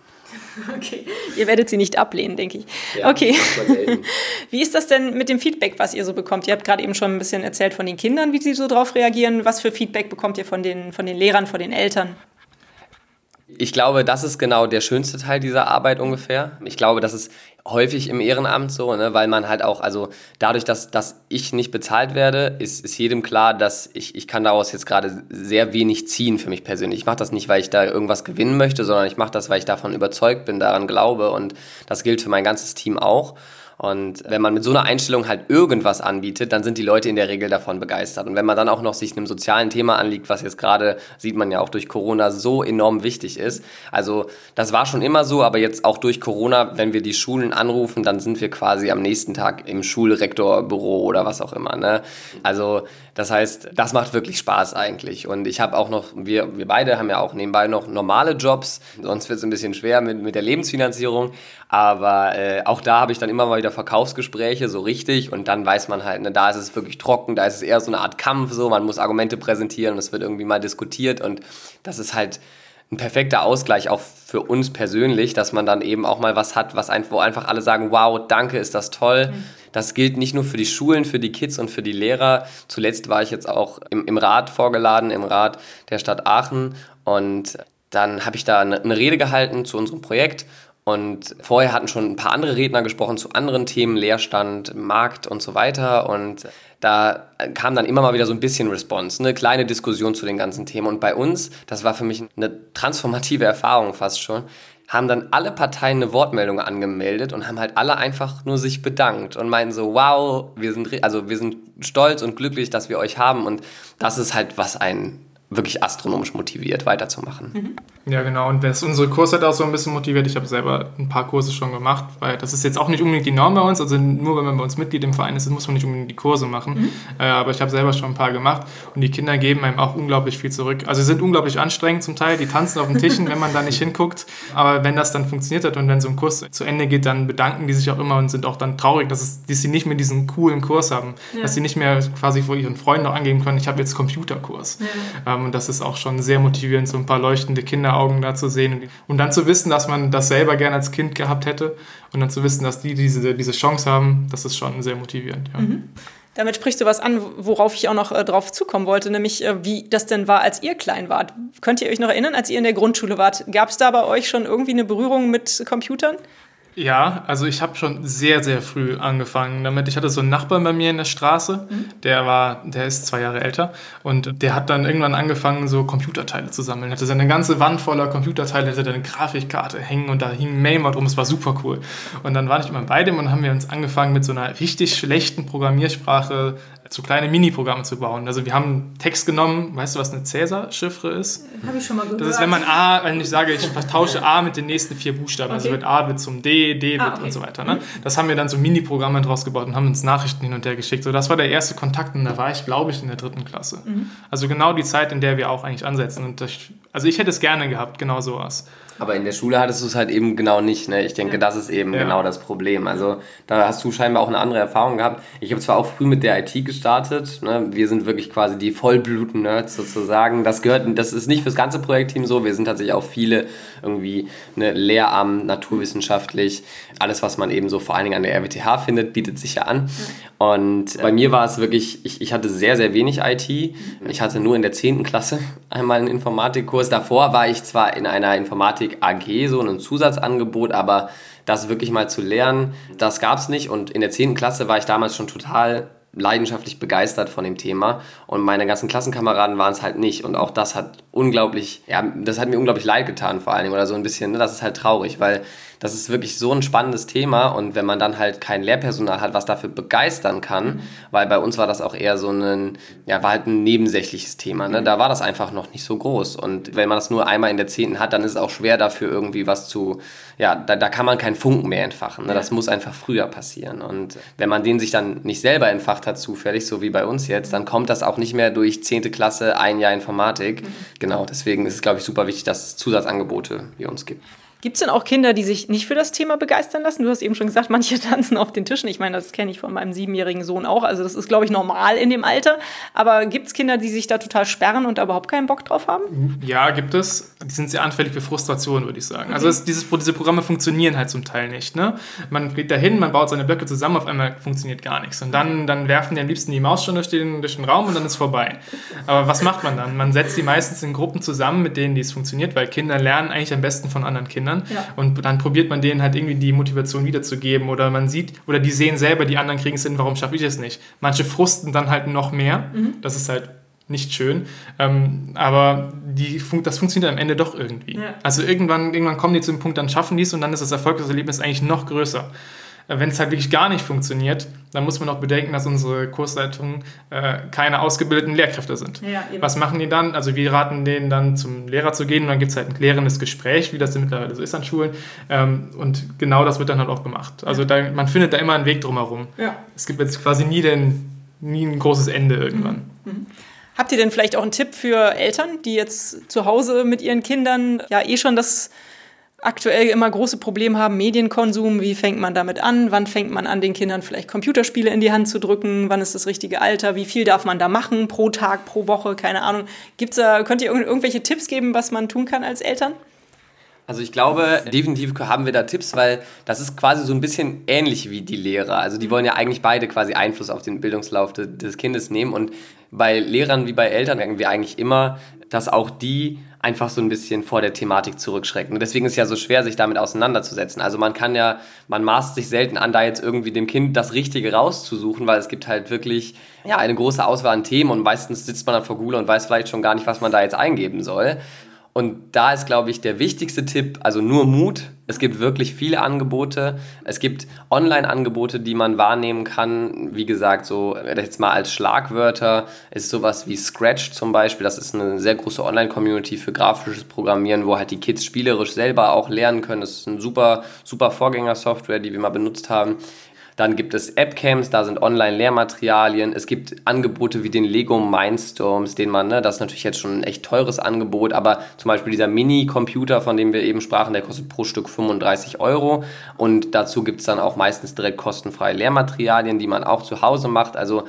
Okay, ihr werdet sie nicht ablehnen, denke ich. Ja, okay. Wie ist das denn mit dem Feedback, was ihr so bekommt? Ihr habt gerade eben schon ein bisschen erzählt von den Kindern, wie sie so drauf reagieren. Was für Feedback bekommt ihr von den Lehrern, von den Eltern? Ich glaube, das ist genau der schönste Teil dieser Arbeit ungefähr. Ich glaube, das ist häufig im Ehrenamt so, ne, weil man halt auch, also dadurch, dass ich nicht bezahlt werde, ist jedem klar, dass ich kann daraus jetzt gerade sehr wenig ziehen für mich persönlich. Ich mache das nicht, weil ich da irgendwas gewinnen möchte, sondern ich mache das, weil ich davon überzeugt bin, daran glaube und das gilt für mein ganzes Team auch. Und wenn man mit so einer Einstellung halt irgendwas anbietet, dann sind die Leute in der Regel davon begeistert. Und wenn man dann auch noch sich einem sozialen Thema anliegt, was jetzt gerade, sieht man ja auch durch Corona, so enorm wichtig ist. Also das war schon immer so, aber jetzt auch durch Corona, wenn wir die Schulen anrufen, dann sind wir quasi am nächsten Tag im Schulrektorbüro oder was auch immer. Ne? Also das heißt, das macht wirklich Spaß eigentlich. Und ich habe auch noch, wir beide haben ja auch nebenbei noch normale Jobs, sonst wird es ein bisschen schwer mit der Lebensfinanzierung. Aber auch da habe ich dann immer mal wieder Verkaufsgespräche, so richtig. Und dann weiß man halt, ne, da ist es wirklich trocken, da ist es eher so eine Art Kampf, so man muss Argumente präsentieren und es wird irgendwie mal diskutiert. Und das ist halt ein perfekter Ausgleich auch für uns persönlich, dass man dann eben auch mal was hat, wo einfach alle sagen, wow, danke, ist das toll. Das gilt nicht nur für die Schulen, für die Kids und für die Lehrer. Zuletzt war ich jetzt auch im Rat vorgeladen, im Rat der Stadt Aachen. Und dann habe ich da eine Rede gehalten zu unserem Projekt. Und vorher hatten schon ein paar andere Redner gesprochen zu anderen Themen, Leerstand, Markt und so weiter. Und da kam dann immer mal wieder so ein bisschen Response, eine kleine Diskussion zu den ganzen Themen. Und bei uns, das war für mich eine transformative Erfahrung fast schon, haben dann alle Parteien eine Wortmeldung angemeldet und haben halt alle einfach nur sich bedankt und meinten so, wow, wir sind stolz und glücklich, dass wir euch haben. Und das ist halt, was einen wirklich astronomisch motiviert, weiterzumachen. Ja, genau. Und das unsere Kurse hat auch so ein bisschen motiviert. Ich habe selber ein paar Kurse schon gemacht, weil das ist jetzt auch nicht unbedingt die Norm bei uns. Also nur wenn man bei uns Mitglied im Verein ist, muss man nicht unbedingt die Kurse machen. Aber ich habe selber schon ein paar gemacht. Und die Kinder geben einem auch unglaublich viel zurück. Also sie sind unglaublich anstrengend zum Teil. Die tanzen auf den Tischen, wenn man da nicht hinguckt. Aber wenn das dann funktioniert hat und wenn so ein Kurs zu Ende geht, dann bedanken die sich auch immer und sind auch dann traurig, dass sie nicht mehr diesen coolen Kurs haben. Ja. Dass sie nicht mehr quasi vor ihren Freunden noch angeben können, ich habe jetzt Computerkurs. Ja. Und das ist auch schon sehr motivierend, so ein paar leuchtende Kinderaugen da zu sehen. Und dann zu wissen, dass man das selber gerne als Kind gehabt hätte und dann zu wissen, dass die diese Chance haben, das ist schon sehr motivierend. Ja. Damit sprichst du was an, worauf ich auch noch drauf zukommen wollte, nämlich wie das denn war, als ihr klein wart. Könnt ihr euch noch erinnern, als ihr in der Grundschule wart? Gab es da bei euch schon irgendwie eine Berührung mit Computern? Ja, also ich habe schon sehr, sehr früh angefangen damit. Ich hatte so einen Nachbarn bei mir in der Straße, der ist 2 Jahre älter und der hat dann irgendwann angefangen, so Computerteile zu sammeln. Er hatte seine ganze Wand voller Computerteile, er hatte eine Grafikkarte hängen und da hing ein Mailmod rum, es war super cool. Und dann war ich immer bei dem und haben wir uns angefangen, mit so einer richtig schlechten Programmiersprache so kleine Mini-Programme zu bauen. Also wir haben Text genommen, weißt du, was eine Cäsar-Chiffre ist? Habe ich schon mal gehört. Das ist, wenn ich sage, ich vertausche A mit den nächsten 4 Buchstaben, also A wird zum D wird und so weiter. Ne? Das haben wir dann so Mini-Programme draus gebaut und haben uns Nachrichten hin und her geschickt. So, das war der erste Kontakt und da war ich, glaube ich, in der 3. Klasse. Also genau die Zeit, in der wir auch eigentlich ansetzen. Und also ich hätte es gerne gehabt, genau sowas. Aber in der Schule hattest du es halt eben genau nicht. Ne? Ich denke, das ist eben genau das Problem. Also da hast du scheinbar auch eine andere Erfahrung gehabt. Ich habe zwar auch früh mit der IT gestartet. Ne? Wir sind wirklich quasi die Vollblut-Nerds sozusagen. Das ist nicht fürs ganze Projektteam so. Wir sind tatsächlich auch viele irgendwie Lehramt, naturwissenschaftlich. Alles, was man eben so vor allen Dingen an der RWTH findet, bietet sich ja an. Und bei mir war es wirklich, ich hatte sehr, sehr wenig IT. Ich hatte nur in der 10. Klasse einmal einen Informatikkurs. Davor war ich zwar in einer Informatik AG, so ein Zusatzangebot, aber das wirklich mal zu lernen, das gab es nicht. Und in der 10. Klasse war ich damals schon total leidenschaftlich begeistert von dem Thema und meine ganzen Klassenkameraden waren es halt nicht und auch das hat mir unglaublich leid getan vor allen Dingen oder so ein bisschen, ne? Das ist halt traurig, weil das ist wirklich so ein spannendes Thema und wenn man dann halt kein Lehrpersonal hat, was dafür begeistern kann, weil bei uns war das auch eher so war halt ein nebensächliches Thema, ne? Da war das einfach noch nicht so groß und wenn man das nur einmal in der 10. hat, dann ist es auch schwer dafür irgendwie da kann man keinen Funken mehr entfachen, ne? Das muss einfach früher passieren und wenn man den sich dann nicht selber entfacht hat zufällig, so wie bei uns jetzt, dann kommt das auch nicht mehr durch 10. Klasse, 1 Jahr Informatik. Genau, deswegen ist es, glaube ich, super wichtig, dass es Zusatzangebote wie uns gibt. Gibt es denn auch Kinder, die sich nicht für das Thema begeistern lassen? Du hast eben schon gesagt, manche tanzen auf den Tischen. Ich meine, das kenne ich von meinem 7-jährigen Sohn auch. Also das ist, glaube ich, normal in dem Alter. Aber gibt es Kinder, die sich da total sperren und da überhaupt keinen Bock drauf haben? Ja, gibt es. Die sind sehr anfällig für Frustration, würde ich sagen. Okay. Also diese Programme funktionieren halt zum Teil nicht. Ne? Man geht da hin, man baut seine Blöcke zusammen, auf einmal funktioniert gar nichts. Und dann werfen die am liebsten die Maus schon durch den Raum und dann ist vorbei. Aber was macht man dann? Man setzt die meistens in Gruppen zusammen, mit denen es funktioniert, weil Kinder lernen eigentlich am besten von anderen Kindern. Ja. Und dann probiert man denen halt irgendwie die Motivation wiederzugeben oder man sieht, oder die sehen selber, die anderen kriegen es hin, warum schaffe ich es nicht? Manche frusten dann halt noch mehr, das ist halt nicht schön, aber das funktioniert am Ende doch irgendwie. Ja. Also irgendwann kommen die zu dem Punkt, dann schaffen die es und dann ist das Erfolgserlebnis eigentlich noch größer. Wenn es halt wirklich gar nicht funktioniert, dann muss man auch bedenken, dass unsere Kursleitungen keine ausgebildeten Lehrkräfte sind. Ja, was machen die dann? Also wir raten denen dann zum Lehrer zu gehen und dann gibt es halt ein klärendes Gespräch, wie das mittlerweile so ist an Schulen. Und genau das wird dann halt auch gemacht. Also man findet da immer einen Weg drumherum. Ja. Es gibt jetzt quasi nie ein großes Ende irgendwann. Mhm. Habt ihr denn vielleicht auch einen Tipp für Eltern, die jetzt zu Hause mit ihren Kindern schon das aktuell immer große Probleme haben, Medienkonsum, wie fängt man damit an, wann fängt man an, den Kindern vielleicht Computerspiele in die Hand zu drücken, wann ist das richtige Alter, wie viel darf man da machen, pro Tag, pro Woche, keine Ahnung. Könnt ihr irgendwelche Tipps geben, was man tun kann als Eltern? Also ich glaube, definitiv haben wir da Tipps, weil das ist quasi so ein bisschen ähnlich wie die Lehrer. Also die wollen ja eigentlich beide quasi Einfluss auf den Bildungslauf des Kindes nehmen und bei Lehrern wie bei Eltern merken wir eigentlich immer, dass auch die einfach so ein bisschen vor der Thematik zurückschrecken. Und deswegen ist es ja so schwer, sich damit auseinanderzusetzen. Also man maßt sich selten an, da jetzt irgendwie dem Kind das Richtige rauszusuchen, weil es gibt halt wirklich eine große Auswahl an Themen und meistens sitzt man dann vor Google und weiß vielleicht schon gar nicht, was man da jetzt eingeben soll. Und da ist, glaube ich, der wichtigste Tipp, also nur Mut. Es gibt wirklich viele Angebote. Es gibt Online-Angebote, die man wahrnehmen kann. Wie gesagt, so jetzt mal als Schlagwörter ist sowas wie Scratch zum Beispiel. Das ist eine sehr große Online-Community für grafisches Programmieren, wo halt die Kids spielerisch selber auch lernen können. Das ist eine super, super Vorgängersoftware, die wir mal benutzt haben. Dann gibt es App-Camps, da sind Online-Lehrmaterialien. Es gibt Angebote wie den Lego Mindstorms, das ist natürlich jetzt schon ein echt teures Angebot, aber zum Beispiel dieser Mini-Computer, von dem wir eben sprachen, der kostet pro Stück 35 € und dazu gibt es dann auch meistens direkt kostenfreie Lehrmaterialien, die man auch zu Hause macht. Also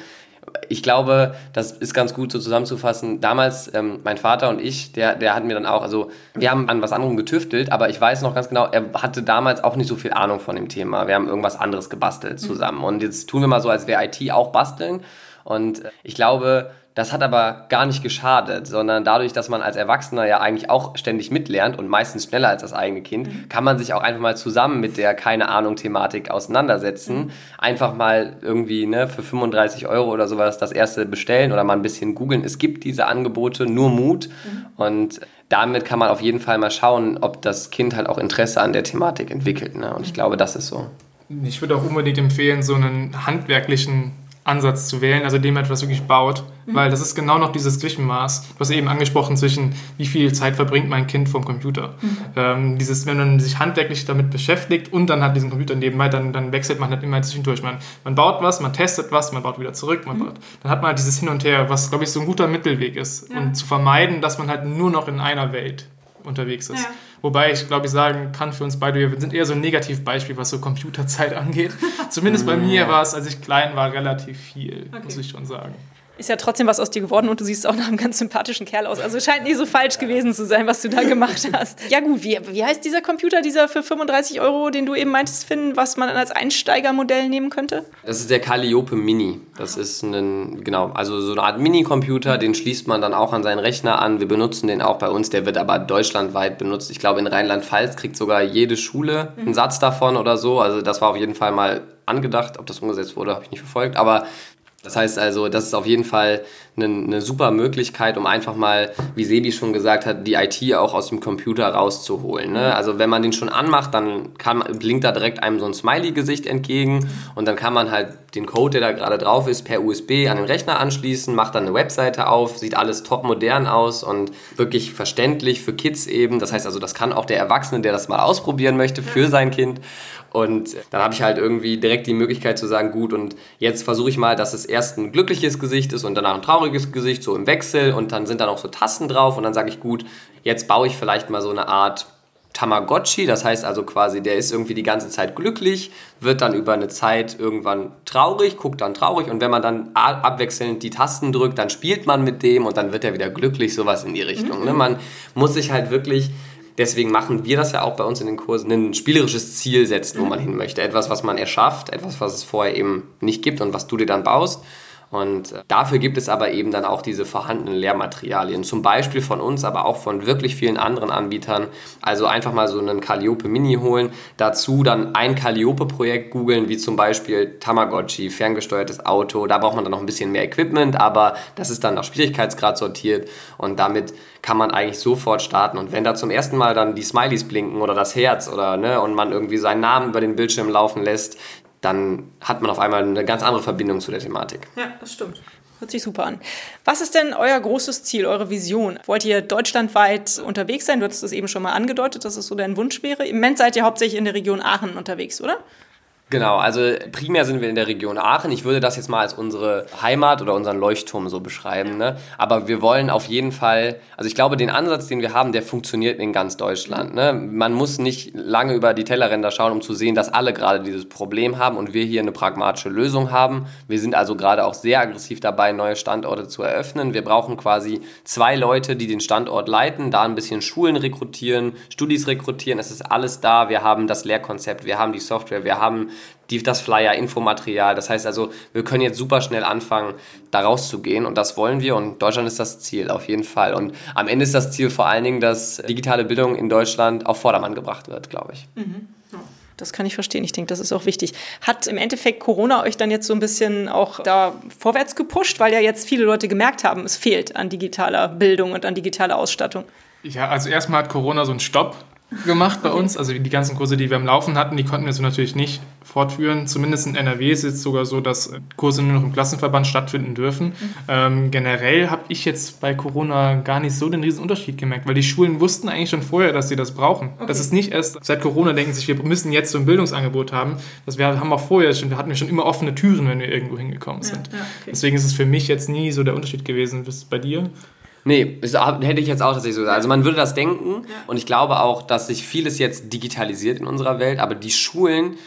Ich glaube, das ist ganz gut so zusammenzufassen. Damals, mein Vater und ich, der hatten mir dann auch, also wir haben an was anderem getüftelt, aber ich weiß noch ganz genau, er hatte damals auch nicht so viel Ahnung von dem Thema. Wir haben irgendwas anderes gebastelt zusammen. Und jetzt tun wir mal so, als wäre IT auch basteln. Und ich glaube, das hat aber gar nicht geschadet, sondern dadurch, dass man als Erwachsener ja eigentlich auch ständig mitlernt und meistens schneller als das eigene Kind, kann man sich auch einfach mal zusammen mit der Keine-Ahnung-Thematik auseinandersetzen. Einfach mal irgendwie für 35 € oder sowas das erste bestellen oder mal ein bisschen googeln. Es gibt diese Angebote, nur Mut. Und damit kann man auf jeden Fall mal schauen, ob das Kind halt auch Interesse an der Thematik entwickelt. Ne? Und ich glaube, das ist so. Ich würde auch unbedingt empfehlen, so einen handwerklichen Ansatz zu wählen, also dem etwas wirklich baut, weil das ist genau noch dieses Zwischenmaß. Du hast eben angesprochen zwischen, wie viel Zeit verbringt mein Kind vorm Computer. Wenn man sich handwerklich damit beschäftigt und dann hat diesen Computer nebenbei, dann wechselt man halt immer zwischendurch. Man baut was, man testet was, man baut wieder zurück, dann hat man halt dieses Hin und Her, was, glaube ich, so ein guter Mittelweg ist. Ja. Und zu vermeiden, dass man halt nur noch in einer Welt unterwegs ist. Ja. Wobei ich, glaube ich, sagen kann für uns beide, wir sind eher so ein Negativbeispiel, was so Computerzeit angeht. Zumindest bei mir war es, als ich klein war, relativ viel, muss ich schon sagen. Ist ja trotzdem was aus dir geworden und du siehst auch nach einem ganz sympathischen Kerl aus. Also scheint nicht so falsch gewesen zu sein, was du da gemacht hast. Ja gut, wie heißt dieser Computer, dieser für 35 €, den du eben meintest, Finn, was man als Einsteigermodell nehmen könnte? Das ist der Calliope Mini. Das ist also so eine Art Mini-Computer, den schließt man dann auch an seinen Rechner an. Wir benutzen den auch bei uns, der wird aber deutschlandweit benutzt. Ich glaube, in Rheinland-Pfalz kriegt sogar jede Schule einen Satz davon oder so. Also das war auf jeden Fall mal angedacht. Ob das umgesetzt wurde, habe ich nicht verfolgt, aber das heißt also, das ist auf jeden Fall eine super Möglichkeit, um einfach mal, wie Sebi schon gesagt hat, die IT auch aus dem Computer rauszuholen. Ne? Also wenn man den schon anmacht, dann blinkt da direkt einem so ein Smiley-Gesicht entgegen und dann kann man halt den Code, der da gerade drauf ist, per USB an den Rechner anschließen, macht dann eine Webseite auf, sieht alles top modern aus und wirklich verständlich für Kids eben. Das heißt also, das kann auch der Erwachsene, der das mal ausprobieren möchte, für sein Kind. Und dann habe ich halt irgendwie direkt die Möglichkeit zu sagen, gut, und jetzt versuche ich mal, dass es erst ein glückliches Gesicht ist und danach ein trauriges Gesicht, so im Wechsel. Und dann sind da noch so Tasten drauf und dann sage ich, gut, jetzt baue ich vielleicht mal so eine Art Tamagotchi. Das heißt also quasi, der ist irgendwie die ganze Zeit glücklich, wird dann über eine Zeit irgendwann traurig, guckt dann traurig. Und wenn man dann abwechselnd die Tasten drückt, dann spielt man mit dem und dann wird er wieder glücklich, sowas in die Richtung. Ne? Man muss sich halt wirklich... Deswegen machen wir das ja auch bei uns in den Kursen, ein spielerisches Ziel setzen, wo man hin möchte. Etwas, was man erschafft, etwas, was es vorher eben nicht gibt und was du dir dann baust. Und dafür gibt es aber eben dann auch diese vorhandenen Lehrmaterialien. Zum Beispiel von uns, aber auch von wirklich vielen anderen Anbietern. Also einfach mal so einen Calliope Mini holen. Dazu dann ein Calliope-Projekt googeln, wie zum Beispiel Tamagotchi, ferngesteuertes Auto. Da braucht man dann noch ein bisschen mehr Equipment, aber das ist dann nach Schwierigkeitsgrad sortiert. Und damit kann man eigentlich sofort starten. Und wenn da zum ersten Mal dann die Smileys blinken oder das Herz und man irgendwie seinen Namen über den Bildschirm laufen lässt, dann hat man auf einmal eine ganz andere Verbindung zu der Thematik. Ja, das stimmt. Hört sich super an. Was ist denn euer großes Ziel, eure Vision? Wollt ihr deutschlandweit unterwegs sein? Du hattest das eben schon mal angedeutet, dass es so dein Wunsch wäre. Im Moment seid ihr hauptsächlich in der Region Aachen unterwegs, oder? Genau, also primär sind wir in der Region Aachen. Ich würde das jetzt mal als unsere Heimat oder unseren Leuchtturm so beschreiben. Ne? Aber wir wollen auf jeden Fall, also ich glaube, den Ansatz, den wir haben, der funktioniert in ganz Deutschland. Ne? Man muss nicht lange über die Tellerränder schauen, um zu sehen, dass alle gerade dieses Problem haben und wir hier eine pragmatische Lösung haben. Wir sind also gerade auch sehr aggressiv dabei, neue Standorte zu eröffnen. Wir brauchen quasi 2 Leute, die den Standort leiten, da ein bisschen Schulen rekrutieren, Studis rekrutieren. Es ist alles da. Wir haben das Lehrkonzept, wir haben die Software, wir haben das Flyer, Infomaterial. Das heißt also, wir können jetzt super schnell anfangen, da rauszugehen und das wollen wir und Deutschland ist das Ziel, auf jeden Fall. Und am Ende ist das Ziel vor allen Dingen, dass digitale Bildung in Deutschland auf Vordermann gebracht wird, glaube ich. Mhm. Das kann ich verstehen. Ich denke, das ist auch wichtig. Hat im Endeffekt Corona euch dann jetzt so ein bisschen auch da vorwärts gepusht, weil ja jetzt viele Leute gemerkt haben, es fehlt an digitaler Bildung und an digitaler Ausstattung? Ja, also erstmal hat Corona so einen Stopp gemacht bei uns. Also die ganzen Kurse, die wir am Laufen hatten, die konnten wir so natürlich nicht fortführen. Zumindest in NRW ist es sogar so, dass Kurse nur noch im Klassenverband stattfinden dürfen. Generell habe ich jetzt bei Corona gar nicht so den riesen Unterschied gemerkt, weil die Schulen wussten eigentlich schon vorher, dass sie das brauchen. Okay. Das ist nicht erst seit Corona denken sich, wir müssen jetzt so ein Bildungsangebot haben. Wir haben auch vorher schon, hatten wir schon immer offene Türen, wenn wir irgendwo hingekommen sind. Ja, okay. Deswegen ist es für mich jetzt nie so der Unterschied gewesen. Was ist bei dir? Nee, das hätte ich jetzt auch tatsächlich so gesagt. Also man würde das denken und ich glaube auch, dass sich vieles jetzt digitalisiert in unserer Welt, aber die Schulen,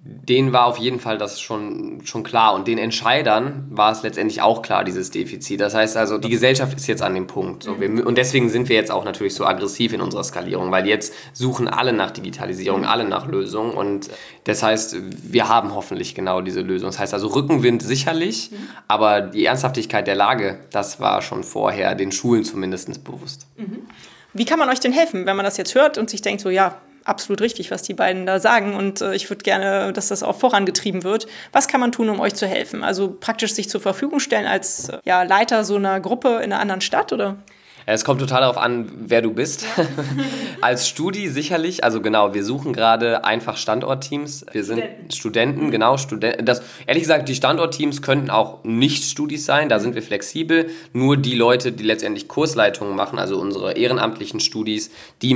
denen war auf jeden Fall das schon klar. Und den Entscheidern war es letztendlich auch klar, dieses Defizit. Das heißt also, die Gesellschaft ist jetzt an dem Punkt. So, und deswegen sind wir jetzt auch natürlich so aggressiv in unserer Skalierung, weil jetzt suchen alle nach Digitalisierung, alle nach Lösungen. Und das heißt, wir haben hoffentlich genau diese Lösung. Das heißt also, Rückenwind sicherlich, aber die Ernsthaftigkeit der Lage, das war schon vorher den Schulen zumindest bewusst. Wie kann man euch denn helfen, wenn man das jetzt hört und sich denkt, so ja, absolut richtig, was die beiden da sagen und ich würde gerne, dass das auch vorangetrieben wird. Was kann man tun, um euch zu helfen? Also praktisch sich zur Verfügung stellen als Leiter so einer Gruppe in einer anderen Stadt, oder? Es kommt total darauf an, wer du bist. Ja. Als Studi sicherlich, also genau, wir suchen gerade einfach Standortteams. Wir sind Studenten, genau. Ehrlich gesagt, die Standortteams könnten auch nicht Studis sein, da sind wir flexibel. Nur die Leute, die letztendlich Kursleitungen machen, also unsere ehrenamtlichen Studis, die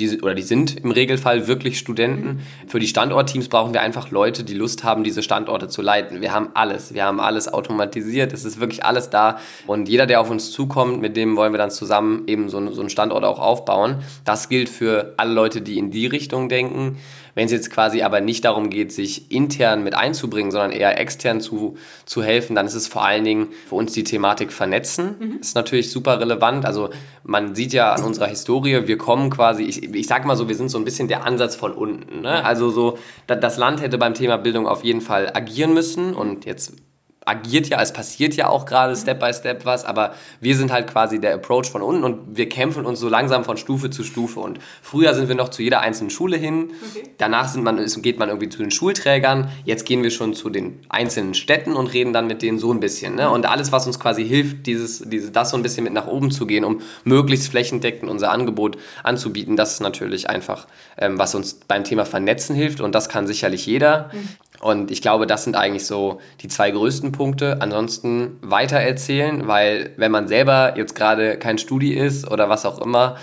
sind im Regelfall wirklich Studenten. Für die Standortteams brauchen wir einfach Leute, die Lust haben, diese Standorte zu leiten. Wir haben alles automatisiert, es ist wirklich alles da. Und jeder, der auf uns zukommt, mit dem wollen wir dann zusammen eben so einen Standort auch aufbauen. Das gilt für alle Leute, die in die Richtung denken. Wenn es jetzt quasi aber nicht darum geht, sich intern mit einzubringen, sondern eher extern zu helfen, dann ist es vor allen Dingen für uns die Thematik Vernetzen. Ist natürlich super relevant. Also man sieht ja an unserer Historie, wir kommen quasi, ich sage mal so, wir sind so ein bisschen der Ansatz von unten. Ne? Also so, das Land hätte beim Thema Bildung auf jeden Fall agieren müssen und jetzt agiert ja, es passiert ja auch gerade Step by Step was, aber wir sind halt quasi der Approach von unten und wir kämpfen uns so langsam von Stufe zu Stufe und früher sind wir noch zu jeder einzelnen Schule hin, danach geht man irgendwie zu den Schulträgern, jetzt gehen wir schon zu den einzelnen Städten und reden dann mit denen so ein bisschen, ne? Und alles, was uns quasi hilft, das so ein bisschen mit nach oben zu gehen, um möglichst flächendeckend unser Angebot anzubieten, das ist natürlich einfach, was uns beim Thema Vernetzen hilft und das kann sicherlich jeder. Und ich glaube, das sind eigentlich so die 2 größten Punkte. Ansonsten weitererzählen, weil wenn man selber jetzt gerade kein Studi ist oder was auch immer,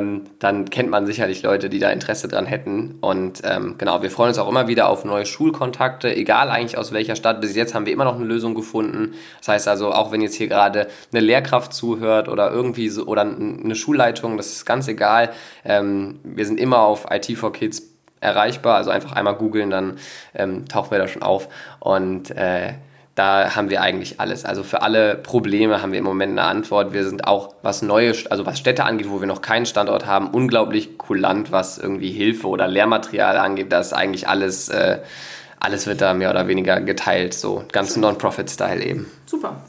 dann kennt man sicherlich Leute, die da Interesse dran hätten. Und genau, wir freuen uns auch immer wieder auf neue Schulkontakte, egal eigentlich aus welcher Stadt. Bis jetzt haben wir immer noch eine Lösung gefunden. Das heißt also, auch wenn jetzt hier gerade eine Lehrkraft zuhört oder irgendwie so, oder eine Schulleitung, das ist ganz egal. Wir sind immer auf IT4Kids erreichbar, also einfach einmal googeln, dann tauchen wir da schon auf und da haben wir eigentlich alles. Also für alle Probleme haben wir im Moment eine Antwort. Wir sind auch, was Städte angeht, wo wir noch keinen Standort haben, unglaublich kulant, was irgendwie Hilfe oder Lehrmaterial angeht. Da ist eigentlich alles wird da mehr oder weniger geteilt, so ganz Non-Profit-Style eben. Super.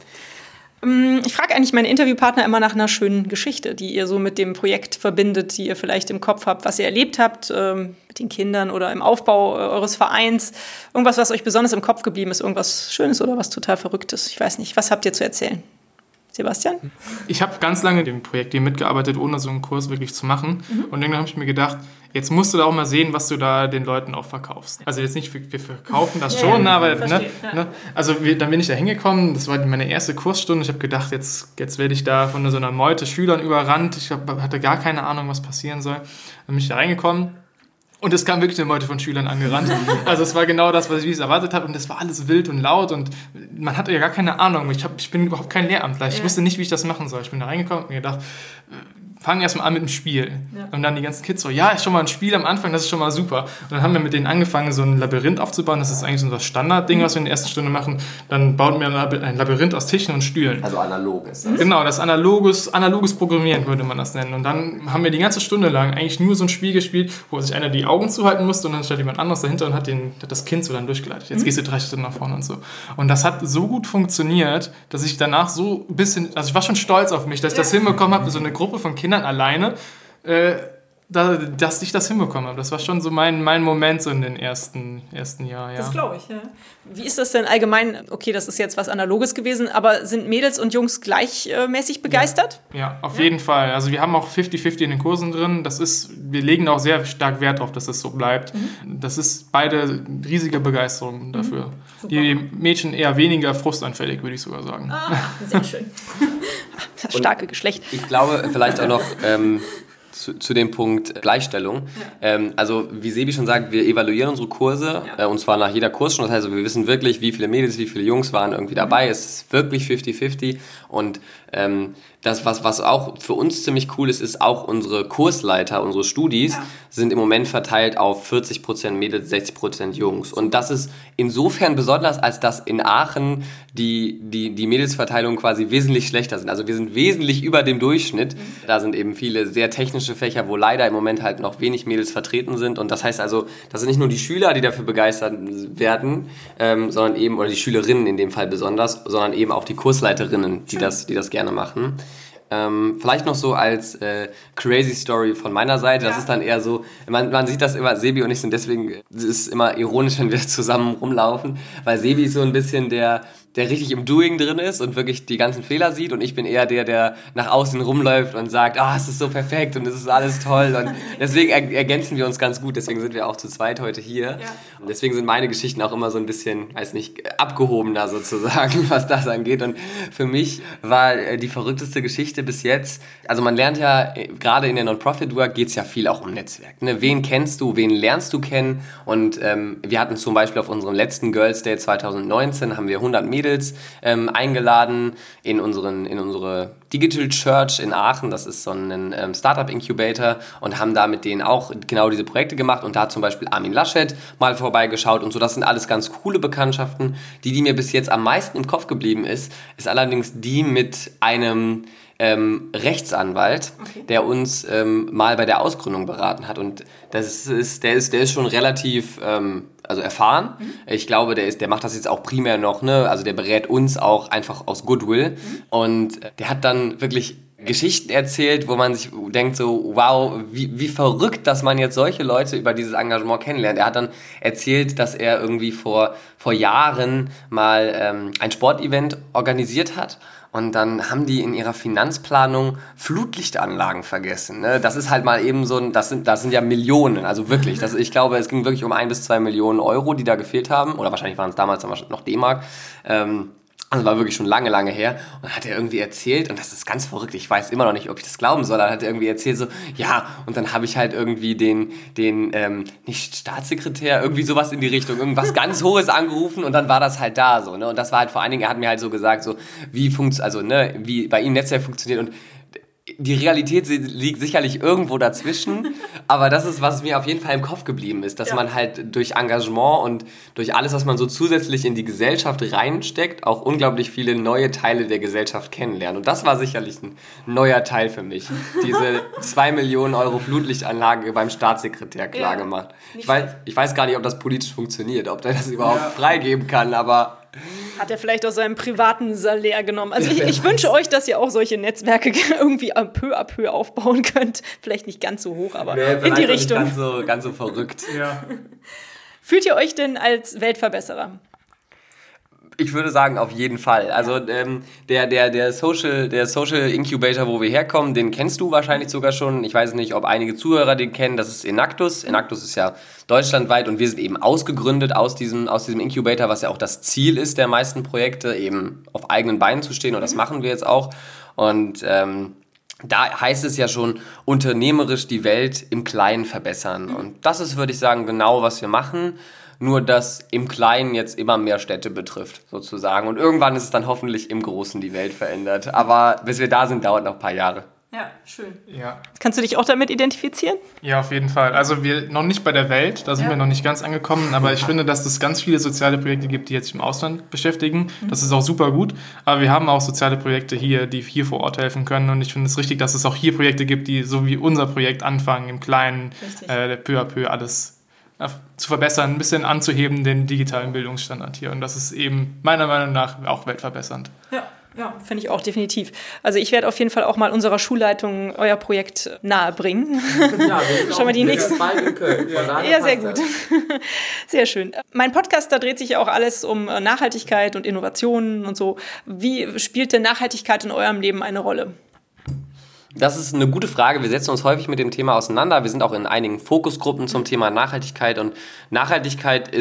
Ich frage eigentlich meine Interviewpartner immer nach einer schönen Geschichte, die ihr so mit dem Projekt verbindet, die ihr vielleicht im Kopf habt, was ihr erlebt habt mit den Kindern oder im Aufbau eures Vereins. Irgendwas, was euch besonders im Kopf geblieben ist, irgendwas Schönes oder was total Verrücktes. Ich weiß nicht, was habt ihr zu erzählen? Sebastian? Ich habe ganz lange in dem Projekt hier mitgearbeitet, ohne so einen Kurs wirklich zu machen. Und irgendwann habe ich mir gedacht, jetzt musst du da auch mal sehen, was du da den Leuten auch verkaufst. Also jetzt nicht, wir verkaufen das schon, aber also dann bin ich da hingekommen, das war meine erste Kursstunde. Ich habe gedacht, jetzt werde ich da von so einer Meute Schülern überrannt. Ich hatte gar keine Ahnung, was passieren soll. Dann bin ich da reingekommen. Und es kam wirklich eine Meute von Schülern angerannt. Also es war genau das, was ich es erwartet habe. Und das war alles wild und laut. Und man hatte ja gar keine Ahnung. Ich bin überhaupt kein Lehramtler. Ich wusste nicht, wie ich das machen soll. Ich bin da reingekommen und mir gedacht, fangen erstmal an mit dem Spiel. Ja. Und dann die ganzen Kids so, ja, ist schon mal ein Spiel am Anfang, das ist schon mal super. Und dann haben wir mit denen angefangen, so ein Labyrinth aufzubauen. Das ist eigentlich so das Standardding, was wir in der ersten Stunde machen. Dann bauen wir ein Labyrinth aus Tischen und Stühlen. Also analoges. Also. Genau, das analoges Programmieren würde man das nennen. Und dann haben wir die ganze Stunde lang eigentlich nur so ein Spiel gespielt, wo sich einer die Augen zuhalten musste und dann stand jemand anderes dahinter und hat das Kind so dann durchgeleitet. Jetzt gehst du 3 Stunden nach vorne und so. Und das hat so gut funktioniert, dass ich danach so ein bisschen, also ich war schon stolz auf mich, dass ich das hinbekommen habe, so eine Gruppe von Kindern alleine, dass ich das hinbekommen habe. Das war schon so mein Moment so in den ersten Jahr. Ja. Das glaube ich, ja. Wie ist das denn allgemein? Okay, das ist jetzt was Analoges gewesen, aber sind Mädels und Jungs gleichmäßig begeistert? Ja, auf jeden Fall. Also wir haben auch 50-50 in den Kursen drin. Wir legen auch sehr stark Wert darauf, dass das so bleibt. Das ist beide riesige Begeisterung dafür. Die Mädchen eher weniger frustanfällig, würde ich sogar sagen. Sehr schön. Das starke Geschlecht. Ich glaube vielleicht auch noch zu dem Punkt Gleichstellung. Ja. Also wie Sebi schon sagt, wir evaluieren unsere Kurse und zwar nach jeder Kursstunde. Das heißt, wir wissen wirklich, wie viele Mädels, wie viele Jungs waren irgendwie dabei. Es ist wirklich 50-50 und das, was auch für uns ziemlich cool ist auch unsere Kursleiter, unsere Studis sind im Moment verteilt auf 40% Mädels, 60% Jungs. Und das ist insofern besonders, als dass in Aachen die Mädelsverteilung quasi wesentlich schlechter sind. Also wir sind wesentlich über dem Durchschnitt. Da sind eben viele sehr technische Fächer, wo leider im Moment halt noch wenig Mädels vertreten sind. Und das heißt also, das sind nicht nur die Schüler, die dafür begeistert werden, sondern eben, oder die Schülerinnen in dem Fall besonders, sondern eben auch die Kursleiterinnen, die das gerne machen. Vielleicht noch so als crazy Story von meiner Seite, das ist dann eher so, man sieht das immer, Sebi und ich sind deswegen, es ist immer ironisch, wenn wir zusammen rumlaufen, weil Sebi ist so ein bisschen der richtig im Doing drin ist und wirklich die ganzen Fehler sieht und ich bin eher der nach außen rumläuft und sagt, es ist so perfekt und es ist alles toll und deswegen ergänzen wir uns ganz gut, deswegen sind wir auch zu zweit heute hier und deswegen sind meine Geschichten auch immer so ein bisschen, weiß nicht, abgehobener sozusagen, was das angeht und für mich war die verrückteste Geschichte bis jetzt, also man lernt ja, gerade in der Non-Profit-Work geht es ja viel auch um Netzwerk, ne? Wen kennst du, wen lernst du kennen und wir hatten zum Beispiel auf unserem letzten Girls Day 2019 haben wir 100 Mädels eingeladen in unsere Digital Church in Aachen, das ist so ein Startup-Incubator und haben da mit denen auch genau diese Projekte gemacht und da hat zum Beispiel Armin Laschet mal vorbeigeschaut und so, das sind alles ganz coole Bekanntschaften. Die mir bis jetzt am meisten im Kopf geblieben ist allerdings die mit einem Rechtsanwalt, der uns mal bei der Ausgründung beraten hat und der ist schon relativ erfahren. Ich glaube, der macht das jetzt auch primär noch, ne? Also der berät uns auch einfach aus Goodwill und der hat dann wirklich Geschichten erzählt, wo man sich denkt so, wow, wie verrückt, dass man jetzt solche Leute über dieses Engagement kennenlernt. Er hat dann erzählt, dass er irgendwie vor Jahren mal ein Sportevent organisiert hat und dann haben die in ihrer Finanzplanung Flutlichtanlagen vergessen. Ne? Das ist halt mal eben so, das sind ja Millionen, also wirklich. Ich glaube, es ging wirklich um 1 bis 2 Millionen Euro, die da gefehlt haben oder wahrscheinlich waren es damals noch D-Mark. Also war wirklich schon lange, lange her. Und dann hat er irgendwie erzählt, und das ist ganz verrückt, ich weiß immer noch nicht, ob ich das glauben soll, dann hat er irgendwie erzählt so, ja, und dann habe ich halt irgendwie den nicht Staatssekretär, irgendwie sowas in die Richtung, irgendwas ganz Hohes angerufen und dann war das halt da so, ne? Und das war halt vor allen Dingen, er hat mir halt so gesagt, so, wie bei ihm Netzwerk funktioniert und die Realität liegt sicherlich irgendwo dazwischen, aber das ist, was mir auf jeden Fall im Kopf geblieben ist, dass man halt durch Engagement und durch alles, was man so zusätzlich in die Gesellschaft reinsteckt, auch unglaublich viele neue Teile der Gesellschaft kennenlernt. Und das war sicherlich ein neuer Teil für mich, diese 2 Millionen Euro Flutlichtanlage beim Staatssekretär klargemacht. Ich weiß gar nicht, ob das politisch funktioniert, ob der das überhaupt freigeben kann, aber... Hat er vielleicht aus seinem privaten Salär genommen. Also ich wünsche euch, dass ihr auch solche Netzwerke irgendwie peu à peu aufbauen könnt. Vielleicht nicht ganz so hoch, aber in die Richtung. Nicht ganz so verrückt. Ja. Fühlt ihr euch denn als Weltverbesserer? Ich würde sagen, auf jeden Fall. Also der Social Incubator, wo wir herkommen, den kennst du wahrscheinlich sogar schon. Ich weiß nicht, ob einige Zuhörer den kennen. Das ist Enactus. Enactus ist ja deutschlandweit und wir sind eben ausgegründet aus diesem Incubator, was ja auch das Ziel ist der meisten Projekte, eben auf eigenen Beinen zu stehen und das machen wir jetzt auch. Und da heißt es ja schon, unternehmerisch die Welt im Kleinen verbessern. Und das ist, würde ich sagen, genau, was wir machen. Nur, dass im Kleinen jetzt immer mehr Städte betrifft, sozusagen. Und irgendwann ist es dann hoffentlich im Großen die Welt verändert. Aber bis wir da sind, dauert noch ein paar Jahre. Ja, schön. Ja. Kannst du dich auch damit identifizieren? Ja, auf jeden Fall. Also wir noch nicht bei der Welt, da sind wir noch nicht ganz angekommen, aber ich finde, dass es ganz viele soziale Projekte gibt, die jetzt sich im Ausland beschäftigen. Das ist auch super gut, aber wir haben auch soziale Projekte hier, die hier vor Ort helfen können und ich finde es richtig, dass es auch hier Projekte gibt, die so wie unser Projekt anfangen, im Kleinen, peu à peu alles zu verbessern, ein bisschen anzuheben, den digitalen Bildungsstandard hier. Und das ist eben meiner Meinung nach auch weltverbessernd. Ja, finde ich auch definitiv. Also ich werde auf jeden Fall auch mal unserer Schulleitung euer Projekt nahebringen. Ja, wir sind schon mal die nächsten. Bald in Köln. Ja, sehr gut. Sehr schön. Mein Podcast, da dreht sich ja auch alles um Nachhaltigkeit und Innovationen und so. Wie spielt denn Nachhaltigkeit in eurem Leben eine Rolle? Das ist eine gute Frage. Wir setzen uns häufig mit dem Thema auseinander. Wir sind auch in einigen Fokusgruppen zum Thema Nachhaltigkeit. Und Nachhaltigkeit ist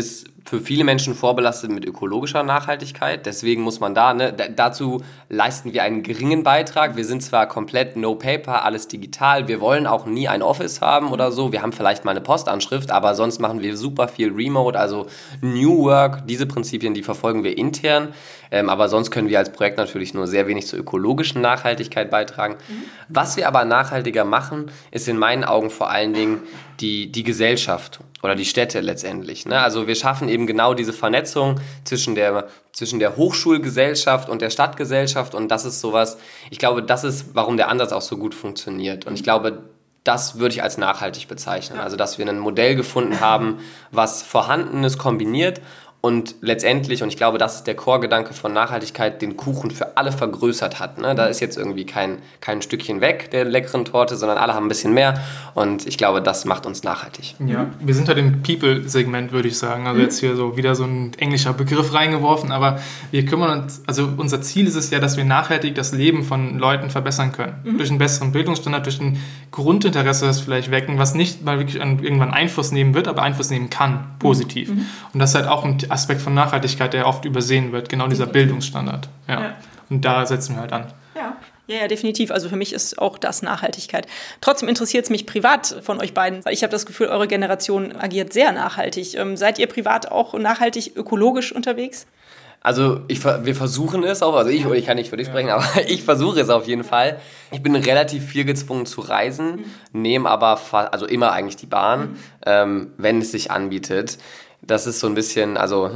für viele Menschen vorbelastet mit ökologischer Nachhaltigkeit. Deswegen muss man dazu leisten wir einen geringen Beitrag. Wir sind zwar komplett no paper, alles digital. Wir wollen auch nie ein Office haben oder so. Wir haben vielleicht mal eine Postanschrift, aber sonst machen wir super viel Remote, also New Work. Diese Prinzipien, die verfolgen wir intern. Aber sonst können wir als Projekt natürlich nur sehr wenig zur ökologischen Nachhaltigkeit beitragen. Was wir aber nachhaltiger machen, ist in meinen Augen vor allen Dingen die Gesellschaft oder die Städte letztendlich. Ne? Also wir schaffen eben genau diese Vernetzung zwischen der Hochschulgesellschaft und der Stadtgesellschaft, und das ist sowas, ich glaube, das ist, warum der Ansatz auch so gut funktioniert. Und ich glaube, das würde ich als nachhaltig bezeichnen. Also dass wir ein Modell gefunden haben, was Vorhandenes kombiniert und letztendlich, und ich glaube, das ist der Core-Gedanke von Nachhaltigkeit, den Kuchen für alle vergrößert hat. Ne? Da ist jetzt irgendwie kein Stückchen weg der leckeren Torte, sondern alle haben ein bisschen mehr, und ich glaube, das macht uns nachhaltig. Ja, wir sind halt im People-Segment, würde ich sagen. Also jetzt hier so wieder so ein englischer Begriff reingeworfen, aber wir kümmern uns, also unser Ziel ist es ja, dass wir nachhaltig das Leben von Leuten verbessern können. Durch einen besseren Bildungsstandard, durch ein Grundinteresse, das vielleicht wecken, was nicht mal wirklich irgendwann Einfluss nehmen wird, aber Einfluss nehmen kann, positiv. Und das ist halt auch ein Aspekt von Nachhaltigkeit, der oft übersehen wird, genau dieser Bildungsstandard. Ja. Und da setzen wir halt an. Ja, definitiv. Also für mich ist auch das Nachhaltigkeit. Trotzdem interessiert es mich privat von euch beiden, weil ich habe das Gefühl, eure Generation agiert sehr nachhaltig. Seid ihr privat auch nachhaltig, ökologisch unterwegs? Also wir versuchen es auch, also ich kann nicht für dich sprechen, aber ich versuche es auf jeden Fall. Ich bin relativ viel gezwungen zu reisen, nehme aber immer eigentlich die Bahn, wenn es sich anbietet. Das ist so ein bisschen,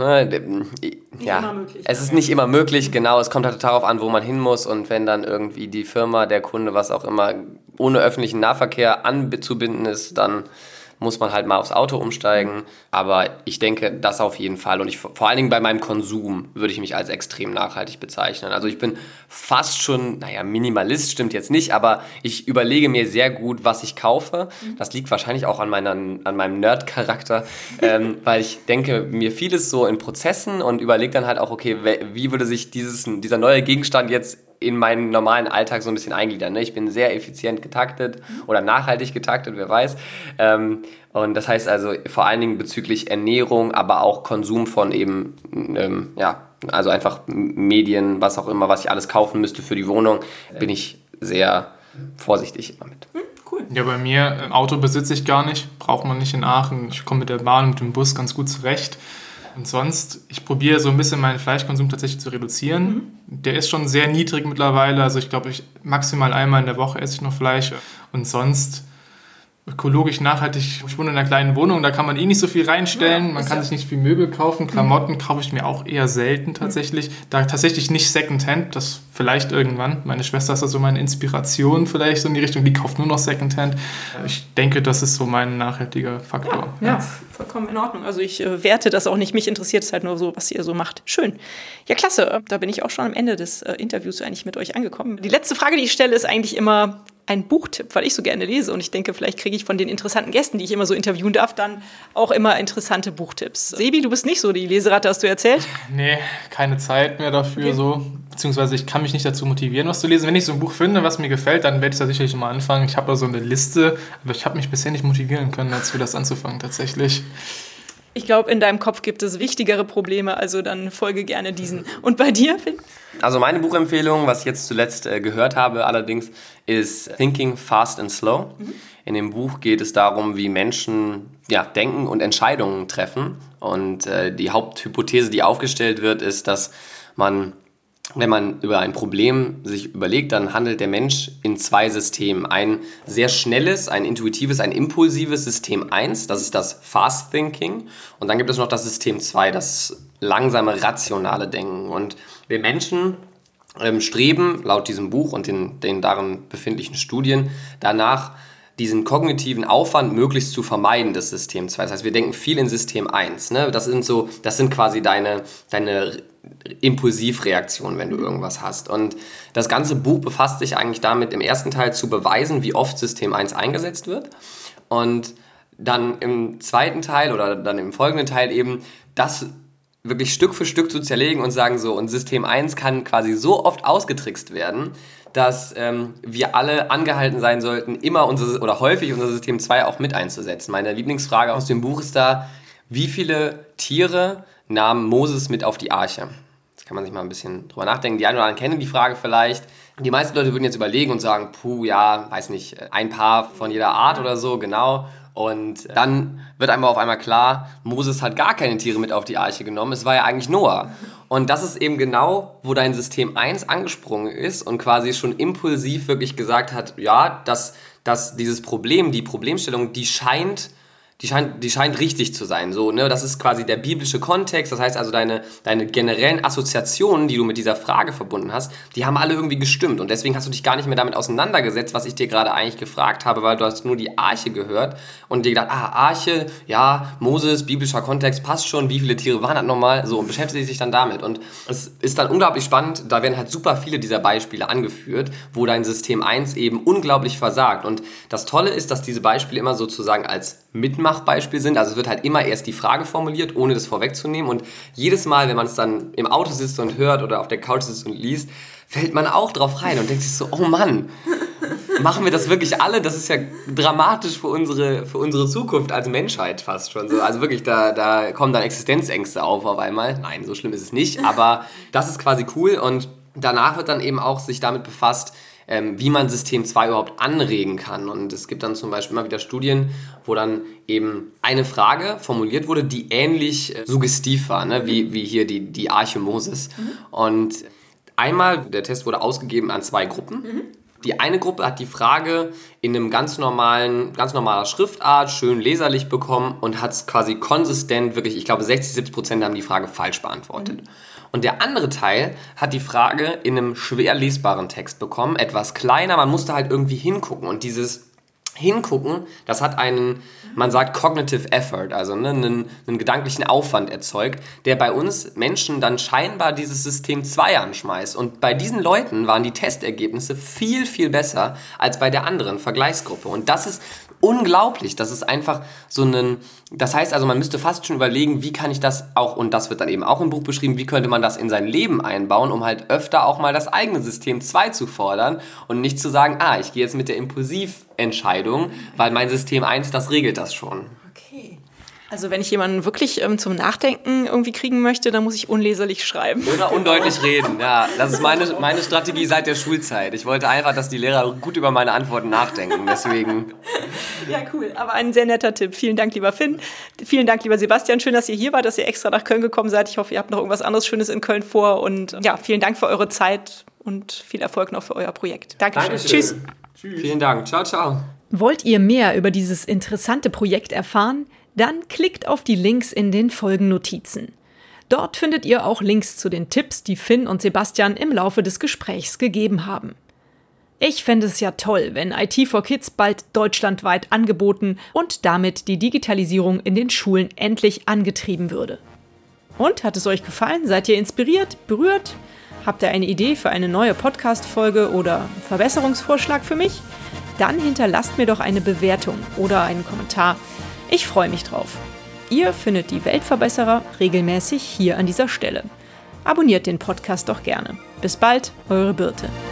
es ist nicht immer möglich, genau, es kommt halt total darauf an, wo man hin muss, und wenn dann irgendwie die Firma, der Kunde, was auch immer, ohne öffentlichen Nahverkehr anzubinden ist, dann muss man halt mal aufs Auto umsteigen, aber ich denke, das auf jeden Fall, und vor allen Dingen bei meinem Konsum würde ich mich als extrem nachhaltig bezeichnen. Also ich bin fast schon, Minimalist stimmt jetzt nicht, aber ich überlege mir sehr gut, was ich kaufe. Das liegt wahrscheinlich auch an meinem Nerd-Charakter, weil ich denke mir vieles so in Prozessen und überlege dann halt auch, okay, wie würde sich dieser neue Gegenstand jetzt in meinen normalen Alltag so ein bisschen eingliedern. Ne? Ich bin sehr effizient getaktet oder nachhaltig getaktet, wer weiß. Und das heißt also vor allen Dingen bezüglich Ernährung, aber auch Konsum von eben, also einfach Medien, was auch immer, was ich alles kaufen müsste für die Wohnung, bin ich sehr vorsichtig immer mit. Cool. Ja, bei mir, Auto besitze ich gar nicht, braucht man nicht in Aachen. Ich komme mit der Bahn und mit dem Bus ganz gut zurecht. Und sonst, ich probiere so ein bisschen meinen Fleischkonsum tatsächlich zu reduzieren. Der ist schon sehr niedrig mittlerweile. Also ich glaube, maximal einmal in der Woche esse ich noch Fleisch. Und sonst ökologisch nachhaltig. Ich wohne in einer kleinen Wohnung, da kann man nicht so viel reinstellen. Man kann sich nicht viel Möbel kaufen. Klamotten kaufe ich mir auch eher selten tatsächlich. Da tatsächlich nicht Secondhand, das vielleicht irgendwann. Meine Schwester ist da so meine Inspiration vielleicht so in die Richtung. Die kauft nur noch Secondhand. Ich denke, das ist so mein nachhaltiger Faktor. Ja, vollkommen in Ordnung. Also ich werte das auch nicht. Mich interessiert es halt nur so, was ihr so macht. Schön. Ja, klasse. Da bin ich auch schon am Ende des Interviews eigentlich mit euch angekommen. Die letzte Frage, die ich stelle, ist eigentlich immer ein Buchtipp, weil ich so gerne lese, und ich denke, vielleicht kriege ich von den interessanten Gästen, die ich immer so interviewen darf, dann auch immer interessante Buchtipps. Sebi, du bist nicht so die Leseratte, hast du erzählt? Nee, keine Zeit mehr dafür so, beziehungsweise ich kann mich nicht dazu motivieren, was zu lesen. Wenn ich so ein Buch finde, was mir gefällt, dann werde ich da sicherlich mal anfangen. Ich habe da so eine Liste, aber ich habe mich bisher nicht motivieren können, dazu das anzufangen tatsächlich. Ich glaube, in deinem Kopf gibt es wichtigere Probleme, also dann folge gerne diesen. Und bei dir, Finn? Also meine Buchempfehlung, was ich jetzt zuletzt gehört habe allerdings, ist Thinking Fast and Slow. In dem Buch geht es darum, wie Menschen denken und Entscheidungen treffen. Und die Haupthypothese, die aufgestellt wird, ist, dass wenn man über ein Problem sich überlegt, dann handelt der Mensch in zwei Systemen. Ein sehr schnelles, ein intuitives, ein impulsives System 1, das ist das Fast Thinking. Und dann gibt es noch das System 2, das langsame, rationale Denken. Und wir Menschen streben laut diesem Buch und den darin befindlichen Studien danach, diesen kognitiven Aufwand möglichst zu vermeiden des System 2. Das heißt, wir denken viel in System 1. Ne? Das sind quasi deine Impulsivreaktionen, wenn du irgendwas hast. Und das ganze Buch befasst sich eigentlich damit, im ersten Teil zu beweisen, wie oft System 1 eingesetzt wird. Und dann im zweiten Teil oder dann im folgenden Teil eben das wirklich Stück für Stück zu zerlegen und sagen so, und System 1 kann quasi so oft ausgetrickst werden, dass wir alle angehalten sein sollten, häufig unser System 2 auch mit einzusetzen. Meine Lieblingsfrage aus dem Buch ist da, Wie viele Tiere nahm Moses mit auf die Arche? Das kann man sich mal ein bisschen drüber nachdenken. Die einen oder anderen kennen die Frage vielleicht. Die meisten Leute würden jetzt überlegen und sagen, weiß nicht, ein Paar von jeder Art oder so, genau. Und dann wird einem auf einmal klar, Moses hat gar keine Tiere mit auf die Arche genommen, es war ja eigentlich Noah. Und das ist eben genau, wo dein System 1 angesprungen ist und quasi schon impulsiv wirklich gesagt hat, ja, dass dieses Problem, die Problemstellung, die scheint richtig zu sein. So, ne? Das ist quasi der biblische Kontext. Das heißt also, deine generellen Assoziationen, die du mit dieser Frage verbunden hast, die haben alle irgendwie gestimmt. Und deswegen hast du dich gar nicht mehr damit auseinandergesetzt, was ich dir gerade eigentlich gefragt habe, weil du hast nur die Arche gehört und dir gedacht, Arche, ja, Moses, biblischer Kontext, passt schon. Wie viele Tiere waren das nochmal? So, und beschäftigt sich dann damit. Und es ist dann unglaublich spannend. Da werden halt super viele dieser Beispiele angeführt, wo dein System 1 eben unglaublich versagt. Und das Tolle ist, dass diese Beispiele immer sozusagen als Mitmachbeispiel sind. Also es wird halt immer erst die Frage formuliert, ohne das vorwegzunehmen. Und jedes Mal, wenn man es dann im Auto sitzt und hört oder auf der Couch sitzt und liest, fällt man auch drauf rein und denkt sich so, oh Mann, machen wir das wirklich alle? Das ist ja dramatisch für unsere Zukunft als Menschheit fast schon so. Also wirklich, da kommen dann Existenzängste auf einmal. Nein, so schlimm ist es nicht, aber das ist quasi cool. Und danach wird dann eben auch sich damit befasst, wie man System 2 überhaupt anregen kann. Und es gibt dann zum Beispiel immer wieder Studien, wo dann eben eine Frage formuliert wurde, die ähnlich suggestiv war, ne? wie hier die Arche Moses. Und einmal, der Test wurde ausgegeben an 2 Gruppen. Die eine Gruppe hat die Frage in einem ganz normaler Schriftart, schön leserlich bekommen und hat es quasi konsistent, wirklich, ich glaube 60-70% haben die Frage falsch beantwortet. Und der andere Teil hat die Frage in einem schwer lesbaren Text bekommen, etwas kleiner, man musste halt irgendwie hingucken. Und dieses Hingucken, das hat man sagt Cognitive Effort, also einen gedanklichen Aufwand erzeugt, der bei uns Menschen dann scheinbar dieses System 2 anschmeißt. Und bei diesen Leuten waren die Testergebnisse viel, viel besser als bei der anderen Vergleichsgruppe. Und das ist unglaublich. Das ist einfach das heißt also, man müsste fast schon überlegen, wie kann ich das auch, und das wird dann eben auch im Buch beschrieben, wie könnte man das in sein Leben einbauen, um halt öfter auch mal das eigene System 2 zu fordern und nicht zu sagen, ich gehe jetzt mit der Impulsiventscheidung, weil mein System 1, das regelt das schon. Okay. Also wenn ich jemanden wirklich zum Nachdenken irgendwie kriegen möchte, dann muss ich unleserlich schreiben. Oder undeutlich reden, ja. Das ist meine Strategie seit der Schulzeit. Ich wollte einfach, dass die Lehrer gut über meine Antworten nachdenken, deswegen. Ja, cool. Aber ein sehr netter Tipp. Vielen Dank, lieber Finn. Vielen Dank, lieber Sebastian. Schön, dass ihr hier wart, dass ihr extra nach Köln gekommen seid. Ich hoffe, ihr habt noch irgendwas anderes Schönes in Köln vor. Und ja, vielen Dank für eure Zeit und viel Erfolg noch für euer Projekt. Dankeschön. Tschüss. Vielen Dank. Ciao, ciao. Wollt ihr mehr über dieses interessante Projekt erfahren? Dann klickt auf die Links in den Folgennotizen. Dort findet ihr auch Links zu den Tipps, die Finn und Sebastian im Laufe des Gesprächs gegeben haben. Ich fände es ja toll, wenn IT for Kids bald deutschlandweit angeboten und damit die Digitalisierung in den Schulen endlich angetrieben würde. Und, hat es euch gefallen? Seid ihr inspiriert, berührt? Habt ihr eine Idee für eine neue Podcast-Folge oder Verbesserungsvorschlag für mich? Dann hinterlasst mir doch eine Bewertung oder einen Kommentar. Ich freue mich drauf. Ihr findet die Weltverbesserer regelmäßig hier an dieser Stelle. Abonniert den Podcast doch gerne. Bis bald, eure Birte.